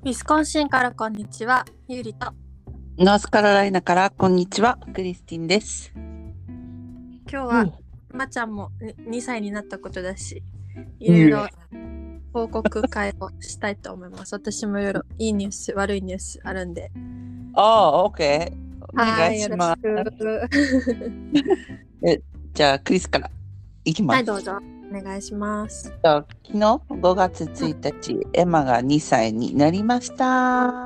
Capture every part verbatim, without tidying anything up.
ウィスコンシンからこんにちは、ゆりと。 ノースカロライナからこんにちは、クリスティンです。 今日は、うん、まちゃんもにさいになったことだし、いろいろ報告会をしたいと思います。私もいろいろいいニュース、悪いニュースあるんで。 ああ、OK。お願いします。えじゃあ、クリスからいきます。 はい、どうぞ。お願いします。 昨日ごがつついたち、うん、エマがにさいになりました。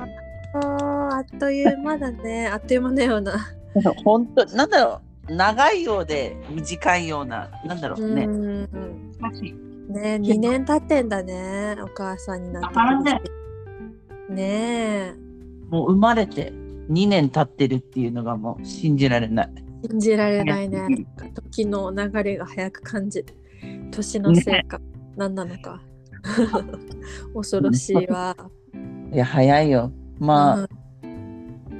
ああっという間だね。あっという間のような。 本当、なんだろう、長いようで短いような、なんだろうね。 うんね、にねん経ってんだね、お母さんになってくるし。ねえ。 もう生まれてにねん経ってるっていうのがもう信じられない。 信じられないね。時の流れが早く感じる。年のせいか、ね、何なのか。恐ろしいわ。 いや、早いよ。まあ、うん、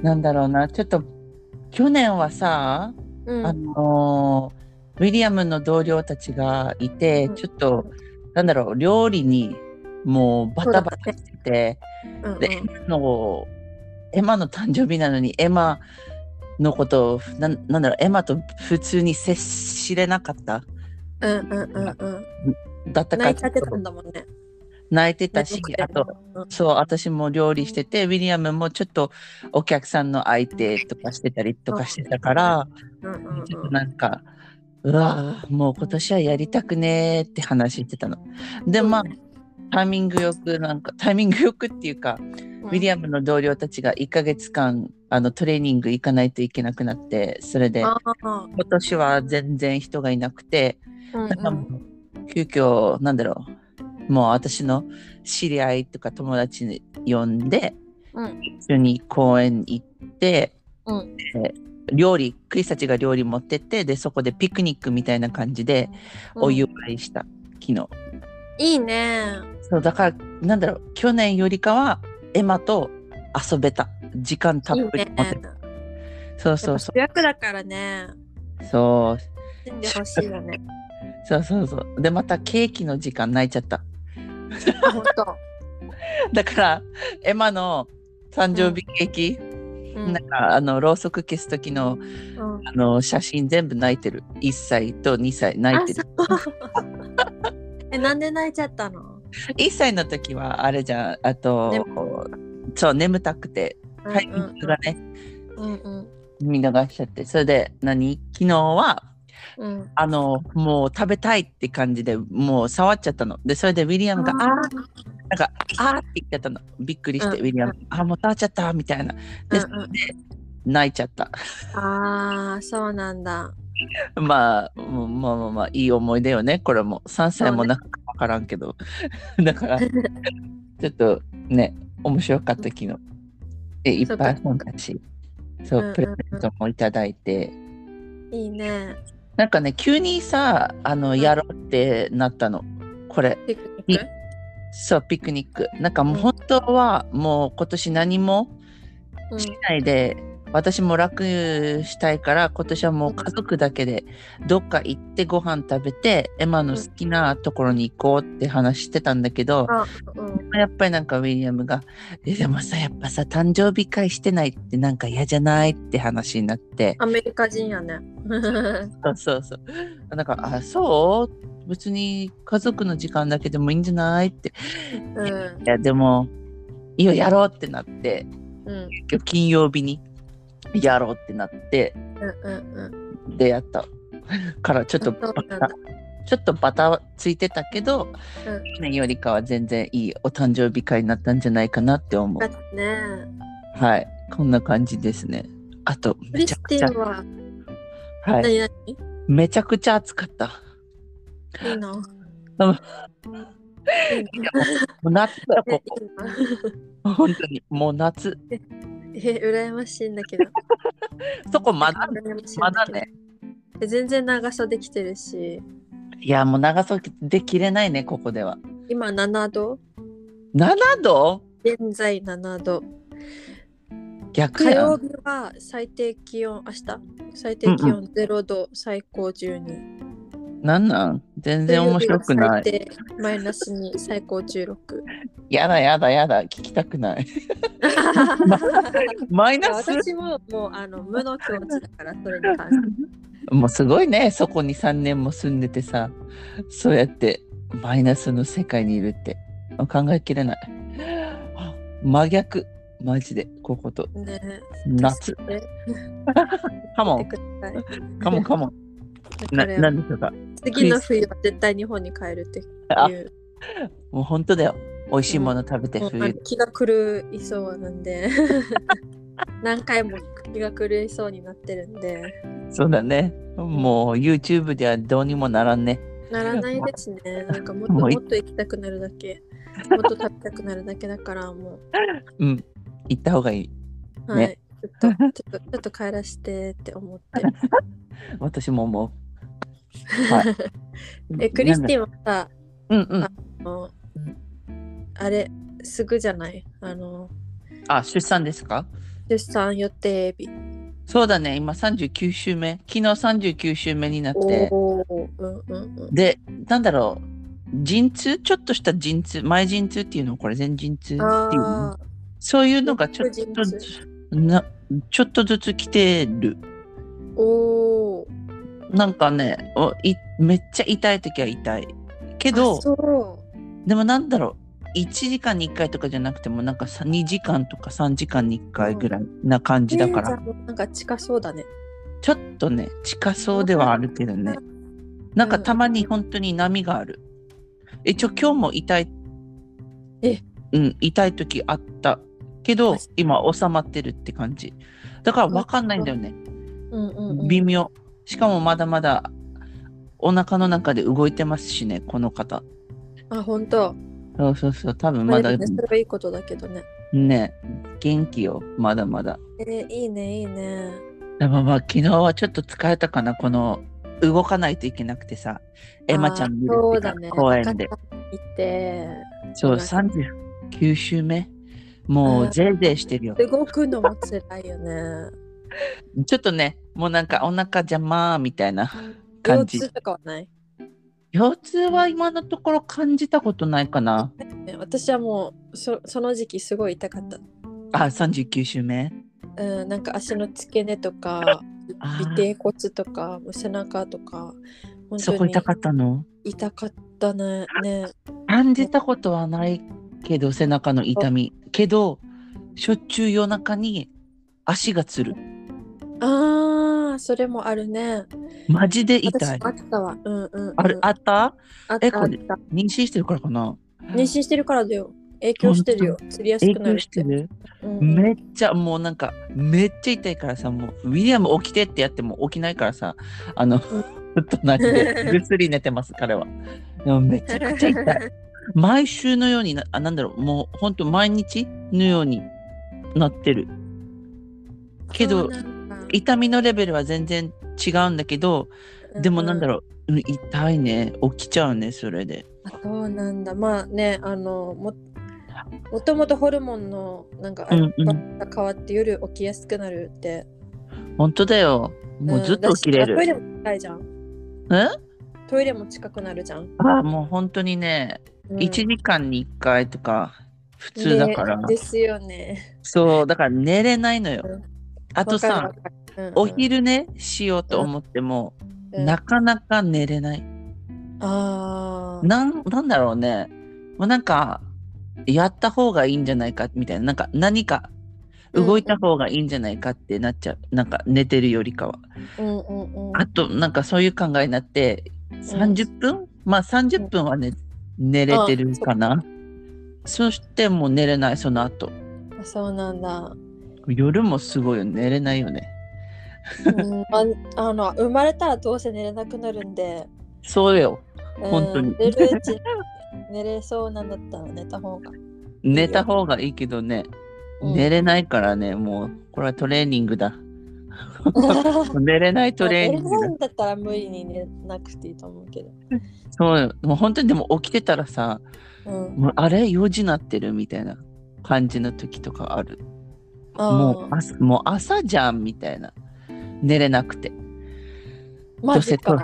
なんだろうな、ちょっと去年はさ、うん、あのウィリアムの同僚たちがいて、うん、ちょっと、なんだろう、料理にもうバタバタしてて、うんうん、でエマのエマの誕生日なのにエマのことをな、なんだろう、エマと普通に接しれなかった。 うんうんうんうん。 だったか泣いちゃってたんだもんね。 泣いてたし、あと、うん、そう、私も料理してて、ウィリアムもちょっとお客さんの相手とかしてたりとかしてたから、うんうんうん、ちょっとなんか、うわぁ、もう今年はやりたくねーって話してたの。で、まあ、タイミングよく、なんか、タイミングよくっていうか、うん、ウィリアムの同僚たちがいっかげつかん、あの、トレーニング行かないといけなくなって、それで、今年は全然人がいなくて、うんうん、なんかもう急遽、なんだろう、もう私の知り合いとか友達に呼んで、うん、一緒に公園行って、うん、料理、クリスたちが料理持ってって、で、そこでピクニックみたいな感じでお祝いした、うん、昨日。 いいね。 そう、だから、なんだろう、去年よりかはエマと遊べた。時間たっぷり持ってた。いいね、そうそうそう。 主役だからね。 そう。 死んでほしいよね。 そうそうそう。で、またケーキの時間泣いちゃった。 本当。 だから、エマの誕生日ケーキ、うん、なんか、あの、ろうそく消す時の、うん、あの、写真全部泣いてる。いっさいとにさい泣いてる。 え、なんで泣いちゃったの？ いっさいの時は、あれじゃん、あと、そう、眠たくて、タイミングがね、うんうん、見逃しちゃって、それで、何昨日は、うん、あの、もう食べたいって感じで、もう触っちゃったの。で、それでウィリアムが、あー、なんか、あーって言っちゃったの。びっくりして、うん、ウィリアム、あ、もう触っちゃったみたいな。で、うんうん、で泣いちゃった。 ああ、そうなんだ。 まあ、まあまあまあ、いい思い出よね、これも。さんさいもなんかわからんけど。だから、ちょっとね、面白かった昨日。で、いっぱい遊んだし、そう、うんうんうん、プレゼントもいただいて。 いいね。 なんかね、急にさ、あの、やろうってなったの。これ。 ピクニック？ そう、ピクニック。なんかもう本当は、もう今年何もしないで、うん、私も楽したいから、今年はもう家族だけでどっか行ってご飯食べて、エマの好きなところに行こうって話してたんだけど、うんうん、やっぱりなんかウィリアムが、え、でもさ、やっぱさ、誕生日会してないってなんか嫌じゃないって話になって。 アメリカ人やね。 そうそうそう。なんか、あ、そう別に家族の時間だけでもいいんじゃないって。うん、いや、でも、いいよ、やろうってなって、うん、今日金曜日にやろうってなって、うんうんうん、でやったからちょっとバタちょっとバタついてたけど、うん、去年よりかは全然いいお誕生日会になったんじゃないかなって思う。 だね。 はい、こんな感じですね。あとめちゃくちゃ、 ははい、 何々？ めちゃくちゃ暑かった。 いいな。 いいな。もう夏だよここ。本当にもう夏。 え、え羨ましいんだけど。 そこまだまだね。 全然長袖着てるし。 いやもう長袖で着れないねここでは。 今ななど。 ななど？ 現在ななど。 逆火曜日は最低気温、明日最低気温ゼロど、うんうん、最高じゅうに。 なんなん全然面水曜日が白くない。 最低マイナスに最高じゅうろく。 やだやだやだ、聞きたくない。まマイナス私ももうあの無の境地だからそれに関して。 もうすごいね、そこにさんねんも住んでてさ、そうやってマイナスの世界にいるって考えきれない。真逆、マジで、ここと。 ね、 夏。カモン。カモンカモン。な、なんでしょうか。 次の冬は絶対日本に帰るっていう。 もう本当だよ。美味しいもの食べて冬、 うん、気が狂いそうなんで何回も気が狂いそうになってるんで。 そうだね。もう YouTube ではどうにもならんね。 ならないですね。なんかもっともっと行きたくなるだけ、もっと食べたくなるだけだからもう。うん、行った方がいい。 はい。ね、ちょっとちょっとちょっと帰らしてって思って。 私も思う。 はい、え、クリスティンはさ、 うんうん、 あのあれすぐじゃない、あのあ、出産ですか？ 出産予定日。 そうだね、今さんじゅうきゅう週目、昨日さんじゅうきゅう週目になって、 おー、うんうんうん、 で、なんだろう、陣痛、ちょっとした陣痛、前陣痛っていうの、これ前陣痛っていうの、そういうのがちょっとなちょっとずつ来てる。 おー、 なんかね、おいめっちゃ痛い時は痛いけど、でもなんだろう、いちじかんにいっかいとかじゃなくてもなんかにじかんとかさんじかんにいっかいぐらいな感じだから、 うんえー、なんか近そうだね。 ちょっとね近そうではあるけどね、なんかたまに本当に波がある。一応今日も痛い、 え、 うん、痛い時あったけど今収まってるって感じだから分かんないんだよね、 うんうんうん、 微妙。しかもまだまだお腹の中で動いてますしね、この方。 あ、本当。 そうそうそう、多分まだ。 ね、それはいいことだけどね。 ね、元気よ、まだまだ。 えー、いいね、いいね。 でもまあ、昨日はちょっと疲れたかな、この、動かないといけなくてさ、エマちゃん見るってか、ね、公園で。 行ってそう、さんじゅうきゅう週目。もう、ぜいぜいしてるよ。 動くのも辛いよね。 ちょっとね、もうなんかお腹邪魔みたいな感じ。 腰痛とかはない？ 腰痛は今のところ感じたことないかな。 私はもう そ, その時期すごい痛かった。 あ、さんじゅうきゅう週目。 うん、なんか足の付け根とか尾てい骨とか背中とか本当にそこ痛かったの？ 痛かったね。ね、 感じたことはないけど、背中の痛みけどしょっちゅう夜中に足がつる。 ああ、それもあるね。 マジで痛い。 あったわ。うんうん、うん、 あるあった？ あったえ、これ妊娠してるからかな？ 妊娠してるからだよ。影響してるよ。釣りやすくなるって。 影響してる、うんうん、めっちゃもうなんかめっちゃ痛いからさ、もうウィリアム起きてってやっても起きないからさ、あの、うん、隣でぐっすり寝てます彼は。でもめちゃくちゃ痛い。毎週のようにな、あ、なんだろう、もうほんと毎日のようになってるけど、痛みのレベルは全然違うんだけど、でもなんだろう、うん、痛いね、起きちゃうね、それで。 あ、そうなんだ。まあね、あのももともとホルモンのなんか、うんうん、が変わって夜起きやすくなるって。 本当だよ。もうずっと起きれる。 うん、トイレも近いじゃん。 え？ トイレも近くなるじゃん。 あ、もう本当にね、うん、いちじかんにいっかいとか普通だから。 ね、ですよね。 そう、だから寝れないのよ。うん、あとさ、うんうん、お昼寝しようと思っても、うん、なかなか寝れない。 あなん、なんだろうね。もうなんか、やった方がいいんじゃないかみたいな、なんか何か動いた方がいいんじゃないかってなっちゃう。うんうん、なんか寝てるよりかは。 うんうんうん、 あと、なんかそういう考えになって、さんじゅっぷん、うん、まあさんじゅっぷんはね、うん、寝れてるかな。そしてもう寝れない、その後。 そうなんだ。 夜もすごいよ、寝れないよね。 うん、あ, あの生まれたらどうせ寝れなくなるんで。 そうよ、本当に。 寝るうち寝れそうなんだったら寝た方がいいよ。 寝た方がいいけどね、うん、寝れないからね、もうこれはトレーニングだ。寝れないトレーニングだ。寝れないんだったら無理に寝なくていいと思うけど。 そうよ、もう本当にでも起きてたらさ、うん、もうあれよじなってるみたいな感じの時とかある。もう朝、もう朝じゃんみたいな。寝れなくて。 マジか。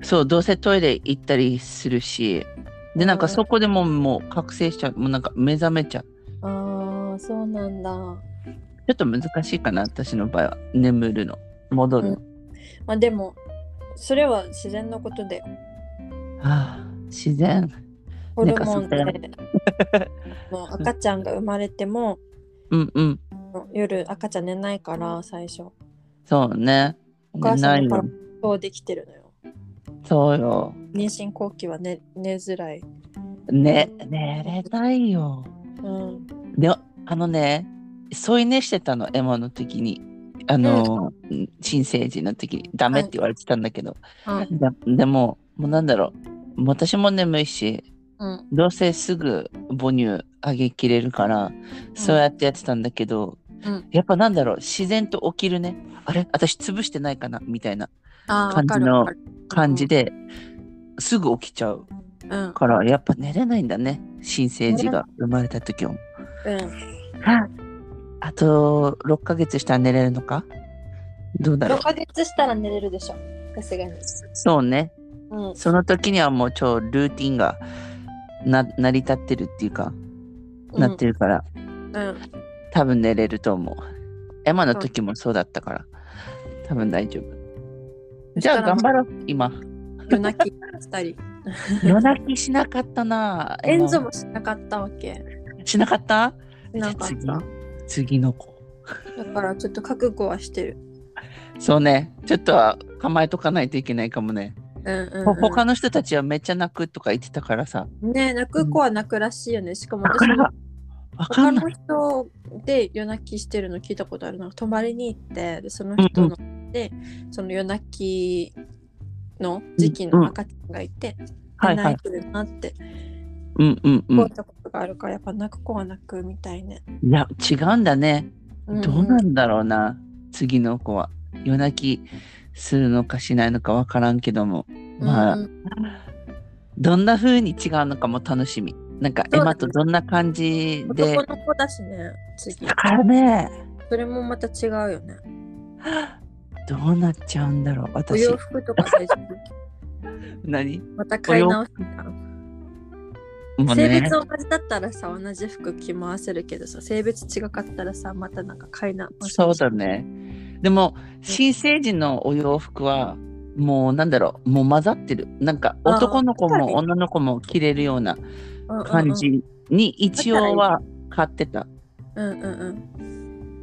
そう、どうせトイレ行ったりするし、で、なんかそこでももう覚醒しちゃう。もうなんか目覚めちゃう。 ああ、そうなんだ。 ちょっと難しいかな、私の場合は。眠るの。戻るの。 うん、まあでも、それは自然のことで。 はあ、自然。 ホルモンで、もう赤ちゃんが生まれても、 うんうん。 夜赤ちゃん寝ないから最初。 そうね。 お母さんの体そうできてるのよ。 そうよ。 妊娠後期は寝、寝づらい。 ね、寝れないよ。 うん。 で、あのね、添い寝してたの、エマの時に。あの、うん、新生児の時にダメって言われてたんだけど。 はい、 で, でも、もうなんだろう。私も眠いし、 うん、 どうせすぐ母乳あげきれるから、そうやってやってたんだけど、うん、やっぱなんだろう、自然と起きるね。あれ私潰してないかなみたいな感じの感じで、すぐ起きちゃう。うん、からやっぱ寝れないんだね。新生児が生まれた時も。うん。はあとろっかげつしたら寝れるのかどうだろう。 ろっかげつしたら寝れるでしょ。さすがに。 そうね。うん、その時にはもう超ルーティンがな成り立ってるっていうか、うん、なってるから、うん、多分寝れると思う。エマの時もそうだったから、多分大丈夫。じゃあ頑張ろう、今。 夜泣きしたり。 夜泣きしなかったな。 エンゾもしなかったわけ。 しなかったしなかった。 次、次の子。 だからちょっと覚悟はしてる。 そうね。ちょっとは構えとかないといけないかもね。うんうんうん、他の人たちはめっちゃ泣くとか言ってたからさ。 ね、泣く子は泣くらしいよね。しかも私も他の人で夜泣きしてるの聞いたことあるの。泊まりに行ってでその人の、うんうん、でその夜泣きの時期の赤ちゃんがいて、うんうん、泣いてるなって、うんうんうん、こういったことがあるからやっぱ泣く子は泣くみたいね。 いや違うんだね。どうなんだろうな、うん、次の子は夜泣きするのかしないのかわからんけども、まあ、うんうん、どんな風に違うのかも楽しみ。なんかエマとどんな感じで。 男の子だしね、次。 だからね。 それもまた違うよね。 どうなっちゃうんだろう、私。 お洋服とか大丈夫？ 何？ また買い直した。ね、性別同じだったらさ、同じ服着回せるけどさ、性別違かったらさ、またなんか買い直し。 そうだね。でも、新成人のお洋服は、もうなんだろう、もう混ざってる。なんか男の子も女の子も着れるような感じに一応は買ってた。うんうんうん。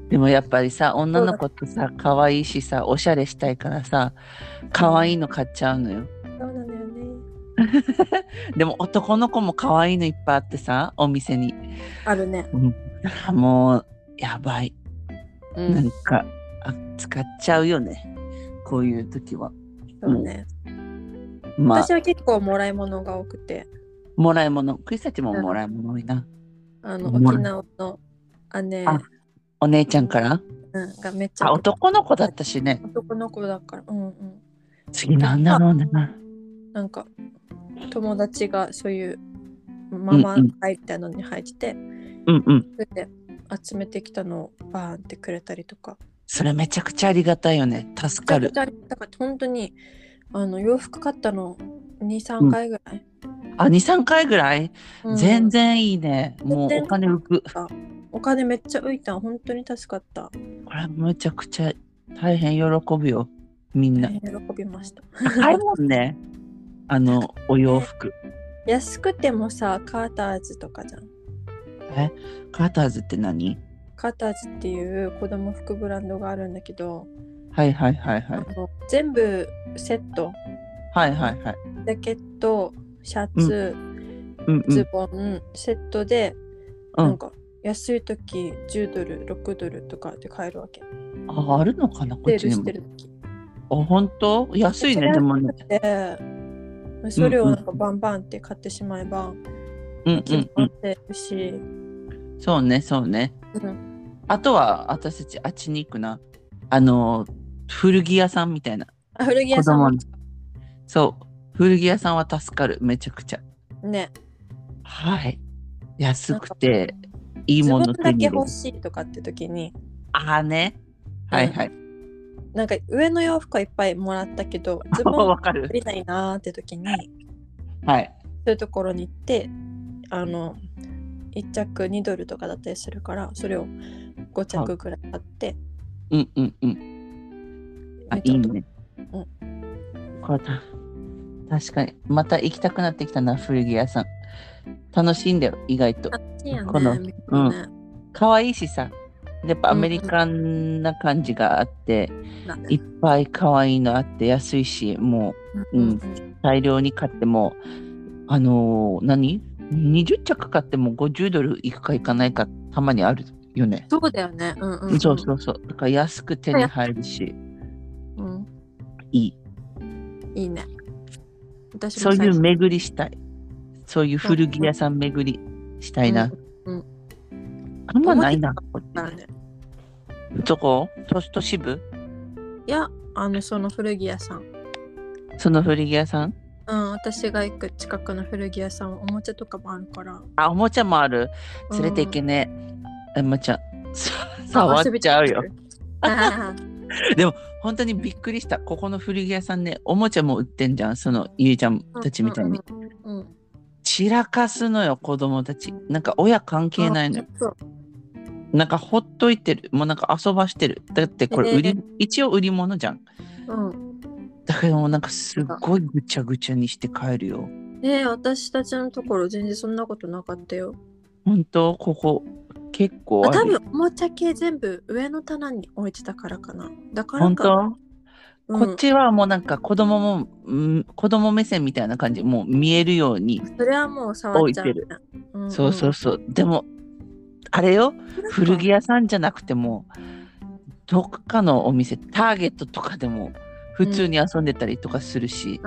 でもやっぱりさ、女の子ってさ、可愛いしさ、おしゃれしたいからさ、可愛いの買っちゃうのよ。 そうなんだよね。 でも男の子も可愛いのいっぱいあってさ、お店に。 あるね。 うん、もう、やばい。うん、なんかあ、使っちゃうよね。こういう時は。 そうね。まあ、私は結構もらい物が多くて。 もらい物。クリスたちももらい物多いな。 あの、沖縄の姉。 お姉ちゃんから、 うん、がめっちゃ。 あ、男の子だったしね。 男の子だから。うんうん。 次なんだろうね。 なんか、友達がそういうママ会みたいなのに入ってて、うんうん。それで集めてきたのをバーンってくれたりとか。 それめちゃくちゃありがたいよね。助かる。 だから本当にあの洋服買ったのに、さんかいぐらい。 うん、あ、に、さんかいぐらい、うん、全然いいね。もうお金浮く。 お金めっちゃ浮いた。本当に助かった。 これめちゃくちゃ大変喜ぶよ。みんな。 大変喜びました。 高いもんね。あのお洋服。 安くてもさ、カーターズとかじゃん。 え、カーターズって何？ カーターズっていう子供服ブランドがあるんだけど、 はいはいはいはい。 全部セット。 はいはいはい。 ジャケット、シャツ、うん、ズボン、うん、セットで、うん、なんか安い時じゅうドル、ろくドルとかで買えるわけ。 あ、あるのかな、こっちにも。 セールしてる時。 あ、本当？安いね、でもね。 それをなんかバンバンって買ってしまえば、うんうんうん、決まってるし。 そうね、そうね。うん、あとは私たちあっちに行くな。あの古着屋さんみたいな。 あ、古着屋さん。 そう、古着屋さんは助かる、めちゃくちゃ。 ね。 はい。安くていいもの手に入れる。ズボンだけ欲しいとかって時に。 ああね。はいはい。うん、 なんか上の洋服はいっぱいもらったけど、ズボンわかる。 足りないなーって時に、 はい。 そういうところに行って、あの、いっ着にドルとかだったりするから、それをご着ぐらい買って、 うんうんうん。あ、いいね。うん。これた確かに。また行きたくなってきたな、古着屋さん。楽しいんだよ、意外と。 楽しいよね。 この、 ね、 うん。可愛いしさ。やっぱアメリカンな感じがあって、うんうん、いっぱい可愛いのあって安いし、もう、うん、うん、大量に買っても、あのー、何 ?にじゅう 着買ってもごじゅうドルいくかいかないかたまにあるよね。 そうだよね。うんうん、うん、 そうそうそう。だから安く手に入るし、 うん、 いい。 いいね。 私もそういう巡りしたい。そういう古着屋さん巡りしたいな。うんうん、あんまないな。ね、どこ？都都市部？ いや、あの、その古着屋さん。 その古着屋さん？ うん、私が行く近くの古着屋さん、おもちゃとかもあるから。 あ、おもちゃもある。連れて行けねえ。おもちゃ。触っちゃうよ。でも、本当にびっくりした。ここの古着屋さんね、おもちゃも売ってんじゃん。そのゆいちゃんたちみたいに。うんうんうん、散らかすのよ、子供たち。なんか親関係ないのよ。なんかほっといてる。もうなんか遊ばしてる。だってこれ売り、えー、一応売り物じゃん。うん。だけどもなんかすっごいぐちゃぐちゃにして帰るよ。 えー、私たちのところ全然そんなことなかったよ。 本当？ここ結構ある。 多分おもちゃ系全部上の棚に置いてたからかな。だから本当？うん、こっちはもうなんか子供も、うん、子供目線みたいな感じ、もう見えるようにそれはもう触っちゃう、ね、 置いてる。うんうん、そうそうそう。でもあれよ、古着屋さんじゃなくてもどっかのお店、ターゲットとかでも普通に遊んでたりとかするし、うん、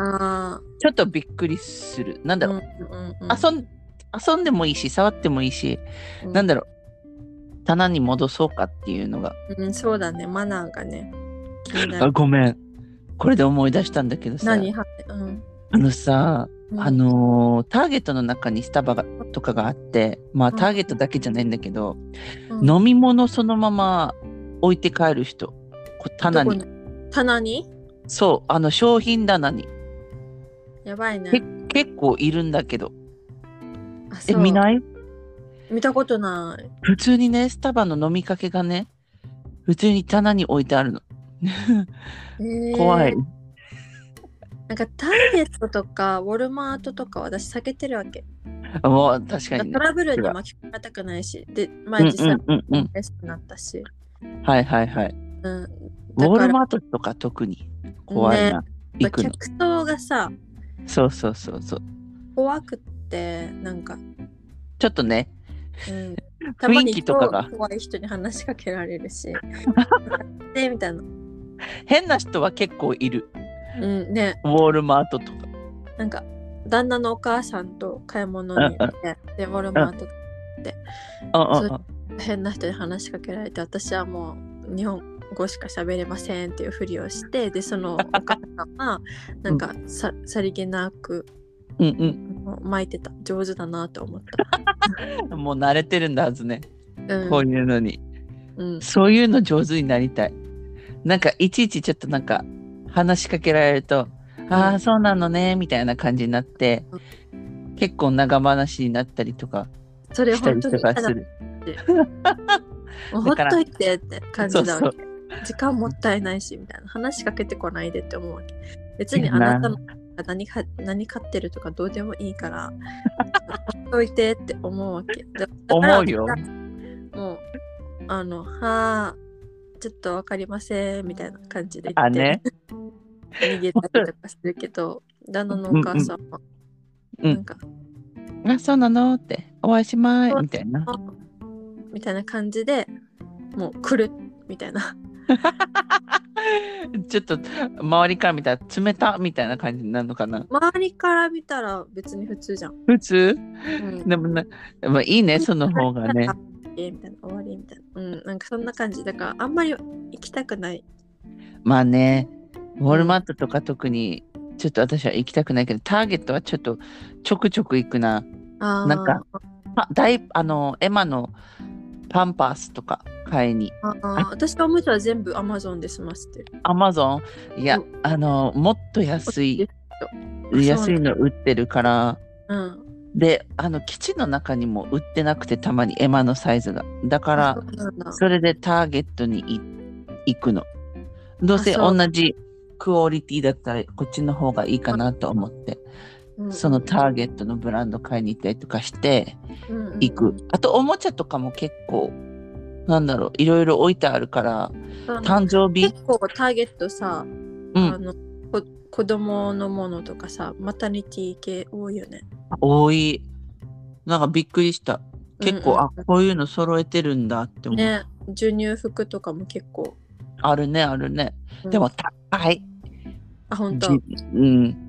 ちょっとびっくりする。なんだろう、うんうんうん、遊ん遊んでもいいし触ってもいいし、うん、なんだろう、棚に戻そうかっていうのが、 うん、そうだね、マナーがね。 あ、ごめん、これで思い出したんだけどさ、 何、はい、うん、 あのさ、うん、あのー、ターゲットの中にスタバがとかがあって、まあターゲットだけじゃないんだけど、うん、飲み物そのまま置いて帰る人、こう棚に。 棚に？ そう、あの商品棚に。 やばいね。 結構いるんだけど。あ、そう。え、見ない？ 見たことない。 普通にね、スタバの飲みかけがね、普通に棚に置いてあるの。えー、怖い。 なんかターゲットとかウォルマートとか私避けてるわけ。 もう確かに、ね、 トラブルに巻き込まれたくないし、で、前実際にレスになったし、 うんうんうん。はいはいはい。うん、ウォールマートとか特に怖いな。ね、 行くの。客層がさ、 そうそうそうそう。 怖くってなんかちょっとね、 うん、たまに雰囲気とかが怖い人に話しかけられるし、でみたいな。 変な人は結構いる。 うんね。 ウォールマートとか。 なんか旦那のお母さんと買い物に行って、でウォールマートで、変な人に話しかけられて、私はもう日本語しか喋れませんっていうふりをして、でそのお母さんはなんかさ、うん、さりげなく、うんうん、巻いてた。上手だなと思った。 もう慣れてるんだはずね、うん、こういうのに、うん、そういうの上手になりたい。なんかいちいちちょっとなんか話しかけられると、うん、ああそうなのねみたいな感じになって、うん、結構長話になったりとかしたりとかする。 もうほっといてって感じだわけ。そうそう、時間もったいないしみたいな。話しかけてこないでって思うわけ。別にあなたの何か何買ってるとかどうでもいいからほっといてって思うわけ。だから思うよ。 もうあのはあちょっとわかりませんみたいな感じで言って、 あ、ね、 逃げたりとかするけど、旦那のお母さんは、 うんうん、なんか、うん、あ、そうなのってお会いしまいみたいなみたいな感じでもう来るみたいな。 ちょっと周りから見たら冷たみたいな感じになるのかな。 周りから見たら別に普通じゃん。 普通、うん、でもな、でもいいね、その方がね。 みたいな、終わりみたいな、うん、なんかそんな感じだからあんまり行きたくない。まあね、ウォルマートとか特にちょっと私は行きたくないけど、うん、ターゲットはちょっとちょくちょく行くな。なんかあだいあのエマのパンパースとか買いに。 ああ、私はおもちゃは全部アマゾンで済ませてる。 アマゾンいや、 うん、 あの、もっと安い、 あ、そう安いなんだ。 の売ってるから、 うん。 で、あの、基地の中にも売ってなくて、たまにエマのサイズが。だかあ、そら、 うなんだ。 それでターゲットにい行くの。どうあ、 せそう。 同じクオリティだったら、こっちの方がいいかなと思って、 うんうん、 そのターゲットのブランド買いに行ったりとかしてうんうんうん、 行く。あと、おもちゃとかも結構、なんだろう、いろいろ置いてあるから、誕生日。 結構ターゲットさ、 うん、 あのこ子供のものとかさ、マタニティ系多いよね。 多い。なんかびっくりした。結構、 うんうん、 あ、こういうの揃えてるんだって思う。 ね、授乳服とかも結構。 あるね、あるね。 うん、 でも高い。 あ、本当。 じうん、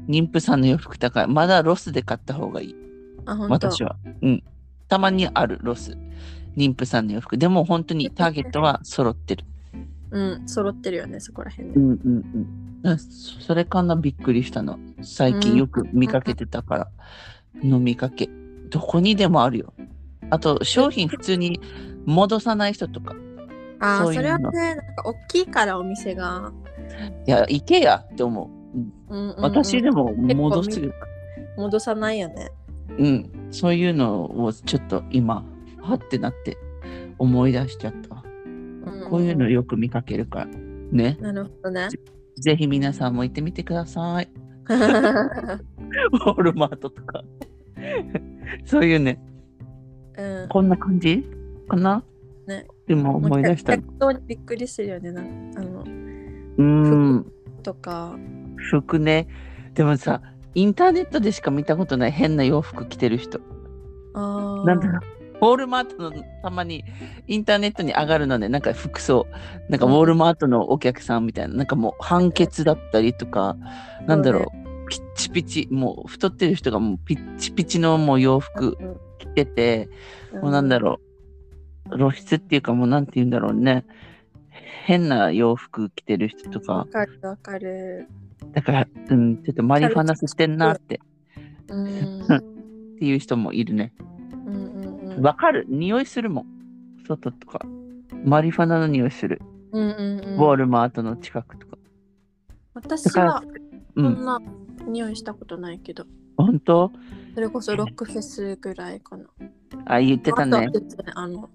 妊婦さんの洋服高い。まだロスで買った方がいい。 あ、本当。 私は。うん。たまにあるロス。妊婦さんの洋服。でも本当にターゲットは揃ってる。 うん、揃ってるよね、そこら辺で。 うんうんうん。それかな、びっくりしたの。最近よく見かけてたから。飲みかけ。どこにでもあるよ。あと、商品普通に戻さない人とか。 ああ、 そういうの。 それはね、なんか大きいからお店が。 いや、行けやって思う。 うんうんうん、 私でも戻す。 戻さないよね。 うん。そういうのをちょっと今、はってなって思い出しちゃった。うんうん、こういうのよく見かけるから。ね。 なるほどね。 ぜ、ぜひ皆さんも行ってみてください。ウォールマートとか。そういうね。うん、こんな感じかな、ね、でも思い出した。 本当にびっくりするよね。なんあのうん服とか。 服ね。でもさ、インターネットでしか見たことない変な洋服着てる人。 あなんだろう。ウォールマートのたまにインターネットに上がるので、なんか服装、なんかウォールマートのお客さんみたいな、なんかもう判決だったりとか、なんだろう、ね、ピッチピチ、もう太ってる人がもうピッチピチのもう洋服着てて、うん、もうなんだろう、露出っていうかもうなんて言うんだろうね、変な洋服着てる人とか。 わかるわかる。 だから、うん、ちょっとマリファナ吸ってんなって、うん、っていう人もいるね。わかる、匂いするもん。外とか。マリファナの匂いする。 うんうんうん、 ウォールマートの近くとか。 私はそんな匂いしたことないけど。 うん、本当？ それこそロックフェスぐらいかな。 あ、言ってたね。 あの、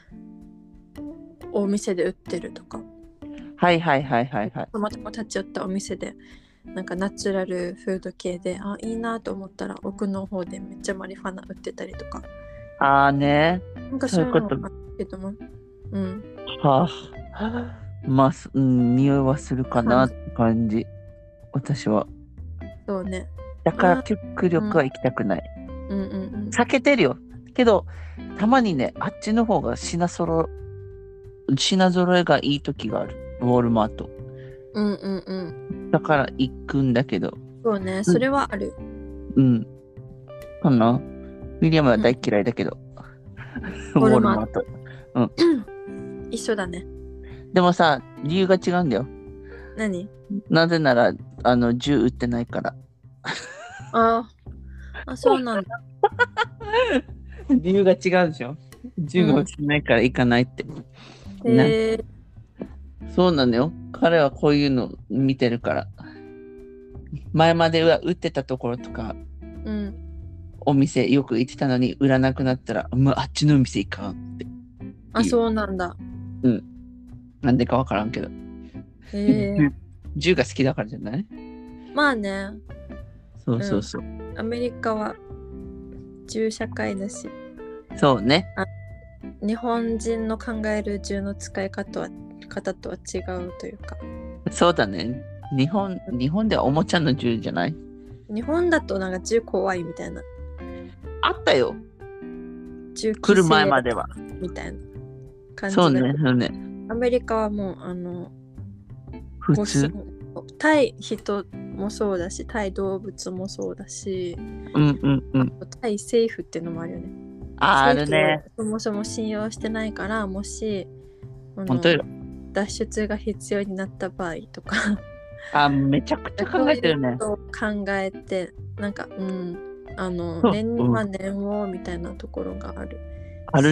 お店で売ってるとか。 はいはいはいはいはい。 たまたま立ち寄ったお店で、なんかナチュラルフード系で、あ、いいなと思ったら奥の方でめっちゃマリファナ売ってたりとか。 ああね。 なんかそういうことあるけども。うん。 はあ。まあ、うん、匂いはするかなって感じ。私は。 そうね。 だから極力は行きたくない。うんうんうん、避けてるよ。けど、たまにね、あっちの方が品揃え、品揃えがいい時がある。ウォールマート。 うんうんうん。 だから行くんだけど。 そうね、それはある。 うん。うん、かな。ウィリアムは大嫌いだけど。うん、ウォールマート。うん。 一緒だね。 でもさ、理由が違うんだよ。 何？ なぜなら、あの、銃撃ってないから。 ああ、そうなんだ。 理由が違うでしょ。銃が撃ってないから行かないって。 うん、へえ。 そうなのよ。彼はこういうの見てるから。前までは撃ってたところとか、うん、お店よく行ってたのに売らなくなったら、もうあっちのお店行かんって。 あ、そうなんだ。 うん。なんでかわからんけど。へえ。銃が好きだからじゃない？ まあね。 そうそうそう。うん、 アメリカは銃社会だし。 そうね。 日本人の考える銃の使い方は方とは違うというか。 そうだね。日本日本ではおもちゃの銃じゃない？ 日本だとなんか銃怖いみたいな。 あったよ。 銃来る前まではみたいな感じ。 そうね、そうね。 アメリカはもうあの普通。 対人もそうだし、対動物もそうだし、 うんうんうん。 対政府っていうのもあるよね。 あ、あるね。 そもそも信用してないから、もし本当よ。 脱出が必要になった場合とかあ、めちゃくちゃ考えてるね。 そう考えて、なんか、うん、あの、念には念をみたいなところがある。 あるね。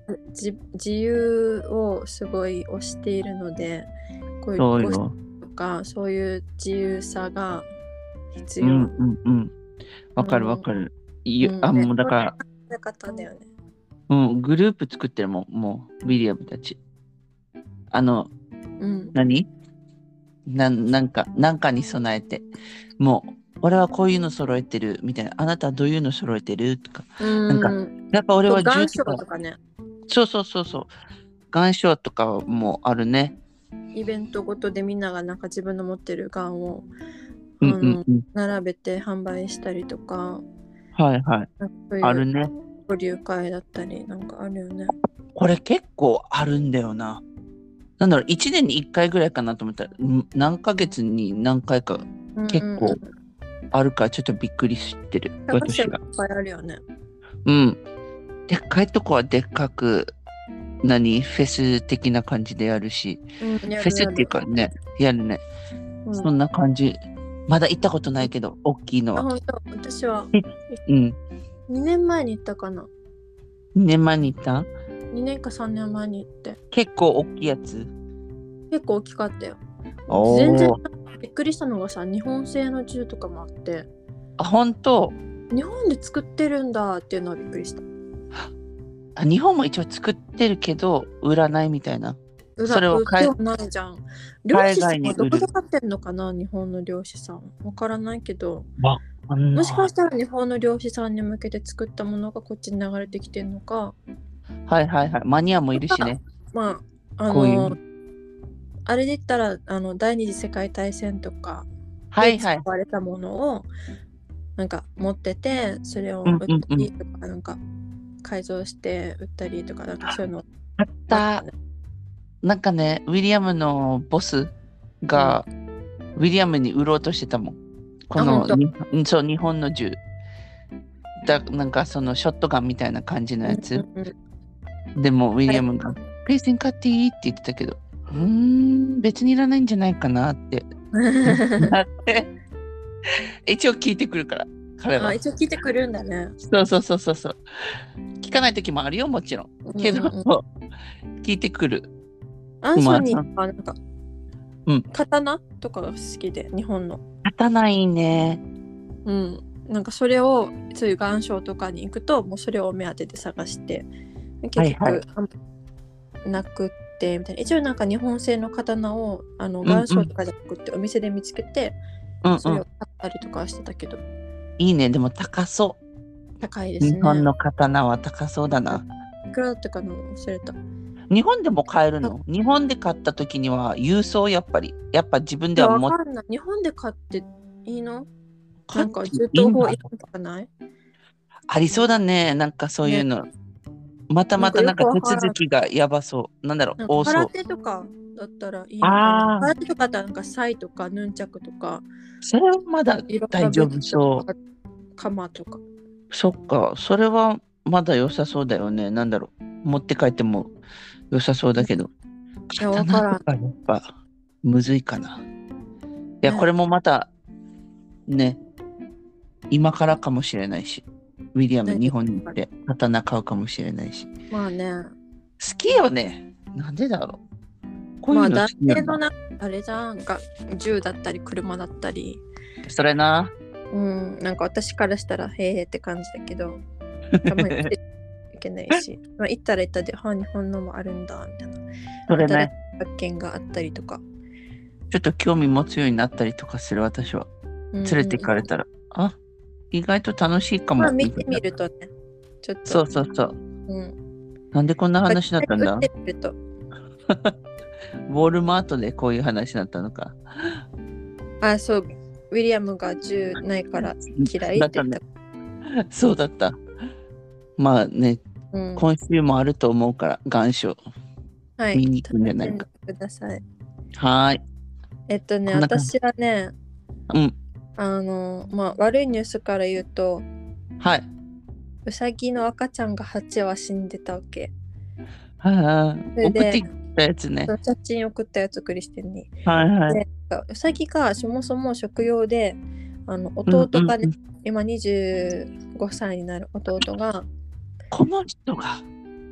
自自由をすごい推しているので、こういうそうよ。 ゴシップとかそういう自由さが必要。 うんうんうん。わかるわかる。いうん、 あ、 ね、 もうだから、 そういう方だよね。 うん、グループ作ってるもん、もう、ウィリアムたち。あの、 うん。 何なん、なんか、なんかに備えて、もう、俺はこういうの揃えてる、みたいな。あなたはどういうの揃えてるとか。なんか、 うん。 やっぱ俺は願書銃とか、 とかね、 そうそうそうそう。願書とかもあるね。 イベントごとでみんながなんか自分の持ってるガンをあうんうんのうん。 並べて販売したりとか、 はいはい。 なんかそういうあるね。 交流会だったりなんかあるよね。 これ結構あるんだよな。なんだろう、いちねんにいっかいぐらいかなと思ったら、ん何ヶ月に何回か結構あるからちょっとびっくりしてる、 探せ私が。 ばいっぱいあるよね。 うん。でっかいとこはでっかく、何、フェス的な感じでやるし、 うん、やフェスっていうるやる。 かね、やるね。 うん、 そんな感じ。まだ行ったことないけど、大きいのあ、 は。 本当。私はうん。 にねんまえに行ったかな。 にねんまえに行った？ にねんかさんねんまえに行って。 結構大きいやつ。 結構大きかったよ。 おー全然びっくりしたのがさ、日本製の銃とかもあって、 あ、本当？ 日本で作ってるんだっていうのはびっくりした。 あ、日本も一応作ってるけど、売らないみたいな。それを売買いってはないじゃん。漁師さんはどこで買ってんのかな、日本の漁師さん。わからないけど、 わかんない。 もしかしたら日本の漁師さんに向けて作ったものがこっちに流れてきてんのか。 はいはいはい。マニアもいるしね。 まあ、あこういうの、あれで言ったら、あの第二次世界大戦とかで使はいはい。 われたものをなんか持ってて、それをうん売ったうんうん。 りとか、なんか改造して売ったりとか、なんかそういうのあった。なんかね、ウィリアムのボスが、ウィリアムに売ろうとしてたもん。こあ、 の、 本当。 にそう、日本の銃。だなんかそのショットガンみたいな感じのやつ。 うんうんでも、ウィはいリアムが、ペースに買っていいって言ってたけど、うーん、別にいらないんじゃないかなってなって、一応聞いてくるから、彼は。 あ、一応聞いてくるんだね。 そうそうそうそうそう。聞かない時もあるよ、もちろん。けど、 うんうんうん、 聞いてくる。 アンソニまーはなんか、 うん、 刀とかが好きで、日本の。 刀いいね。 うん。なんかそれを、そういう岩礁とかに行くと、もうそれを目当てで探して、結局、 はいはいあなくってみたいな。一応なんか日本製の刀をあのうんうん岩礁とかじゃなくってお店で見つけて、 うんうんそれを買ったりとかしてたけど、 いいね。でも高そ高いでう。 すね。 日本の刀は高そうだな。 いくらだったかな、忘れた。 日本でも買えるの？日本で買った時には郵送やっぱり。やっぱ自分では持っわかんない。日本で買っていいの？ 買ってなんか銃いいんだ刀法違反とかない？ ありそうだね。なんかそういうの。またまたなんか手続きがやばそう。なんだろう、多そう。 空手とかだったらいいのかああ、 な。空手とかだったらなんかサイとかヌンチャクとか、 それはまだいろんな大丈夫武器そう。 とか、鎌とか。 そっか、それはまだ良さそうだよね。なんだろう、持って帰っても良さそうだけど。 いや、わからん。 刀とかやっぱむずいかな。いや、 ねこれもまたね、今からかもしれないし、ウィリアムね日本に行って刀買うかもしれないし。 まあね。 好きよね。なんでだろう。こういうのまあ男好きよな。 性のな、あれじゃんか、銃だったり車だったり、 それな。 うん、なんか私からしたらへえって感じだけど、たまにいけないし、まあ、行ったら行ったで、はあ、日本のもあるんだみたいな。 それね。 発見があったりとか。 ちょっと興味持つようになったりとかする私は。連れて行かれたら、うんうん、あ、意外と楽しいかも。 まあ見てみるとね、ちょっと。 そうそうそう。 うん、 なんでこんな話になったんだ？ 売ってみるとウォールマートでこういう話になったのか。 あ、そう、ウィリアムが銃ないから嫌いって言った。 ね、そうだった。まあね、うん、今週もあると思うから、願書、はい、見に行くんじゃないか。 ください。 はい。 えっとね、私はね、 うん。 あの、まあ、悪いニュースから言うと、 はい。 うさぎの赤ちゃんがはちわ死んでたわけ。 はい。送ってきたやつね。 写真送ったやつクリステンに。 はいはい。 で、うさぎがそもそも食用で、あの弟がね、うんうんうん、今にじゅうごさいになる弟が、 この人が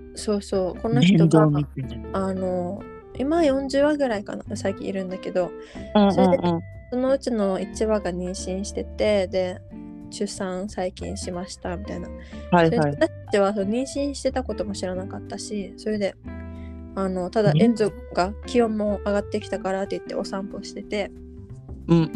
そうそう、この人面倒が見てる。 あの今よんじゅうわぐらいかな、ウサギいるんだけど、 うんうんそれでうん。 そのうちのいちわが妊娠してて、で出産最近しましたみたいな。それではいはい。 私たちはその妊娠してたことも知らなかったし、それであのただねエンゾが気温も上がってきたからって言ってお散歩してて、 うんうん。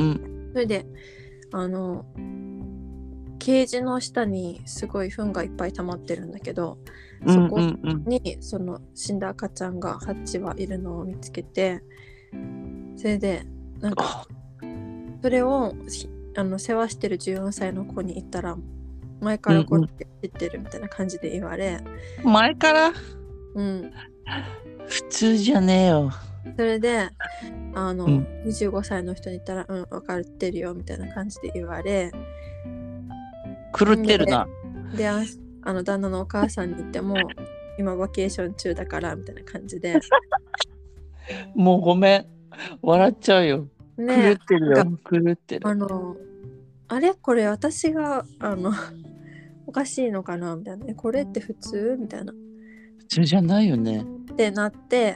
それであのケージの下にすごい糞がいっぱい溜まってるんだけど、 うんそこうんうん。 にその死んだ赤ちゃんがはち羽いるのを見つけて、それでなんかあそれをひあの世話してるじゅうよんさいの子に言ったら、前からこうやって知ってるみたいな感じで言われ、 前からうん、 普通じゃねえよ。 それであの、 うんにじゅうごさいの人に言ったら、うん、分かってるよみたいな感じで言われ、 狂ってるな。 で、ああの旦那のお母さんに言っても今バケーション中だからみたいな感じでもうごめん。笑っちゃうよ。狂ね、 ってるよ。狂ってる。 あのあれこれ私があのおかしいのかなみたいな、えこれって普通みたいな普通じゃないよね。 ってなって、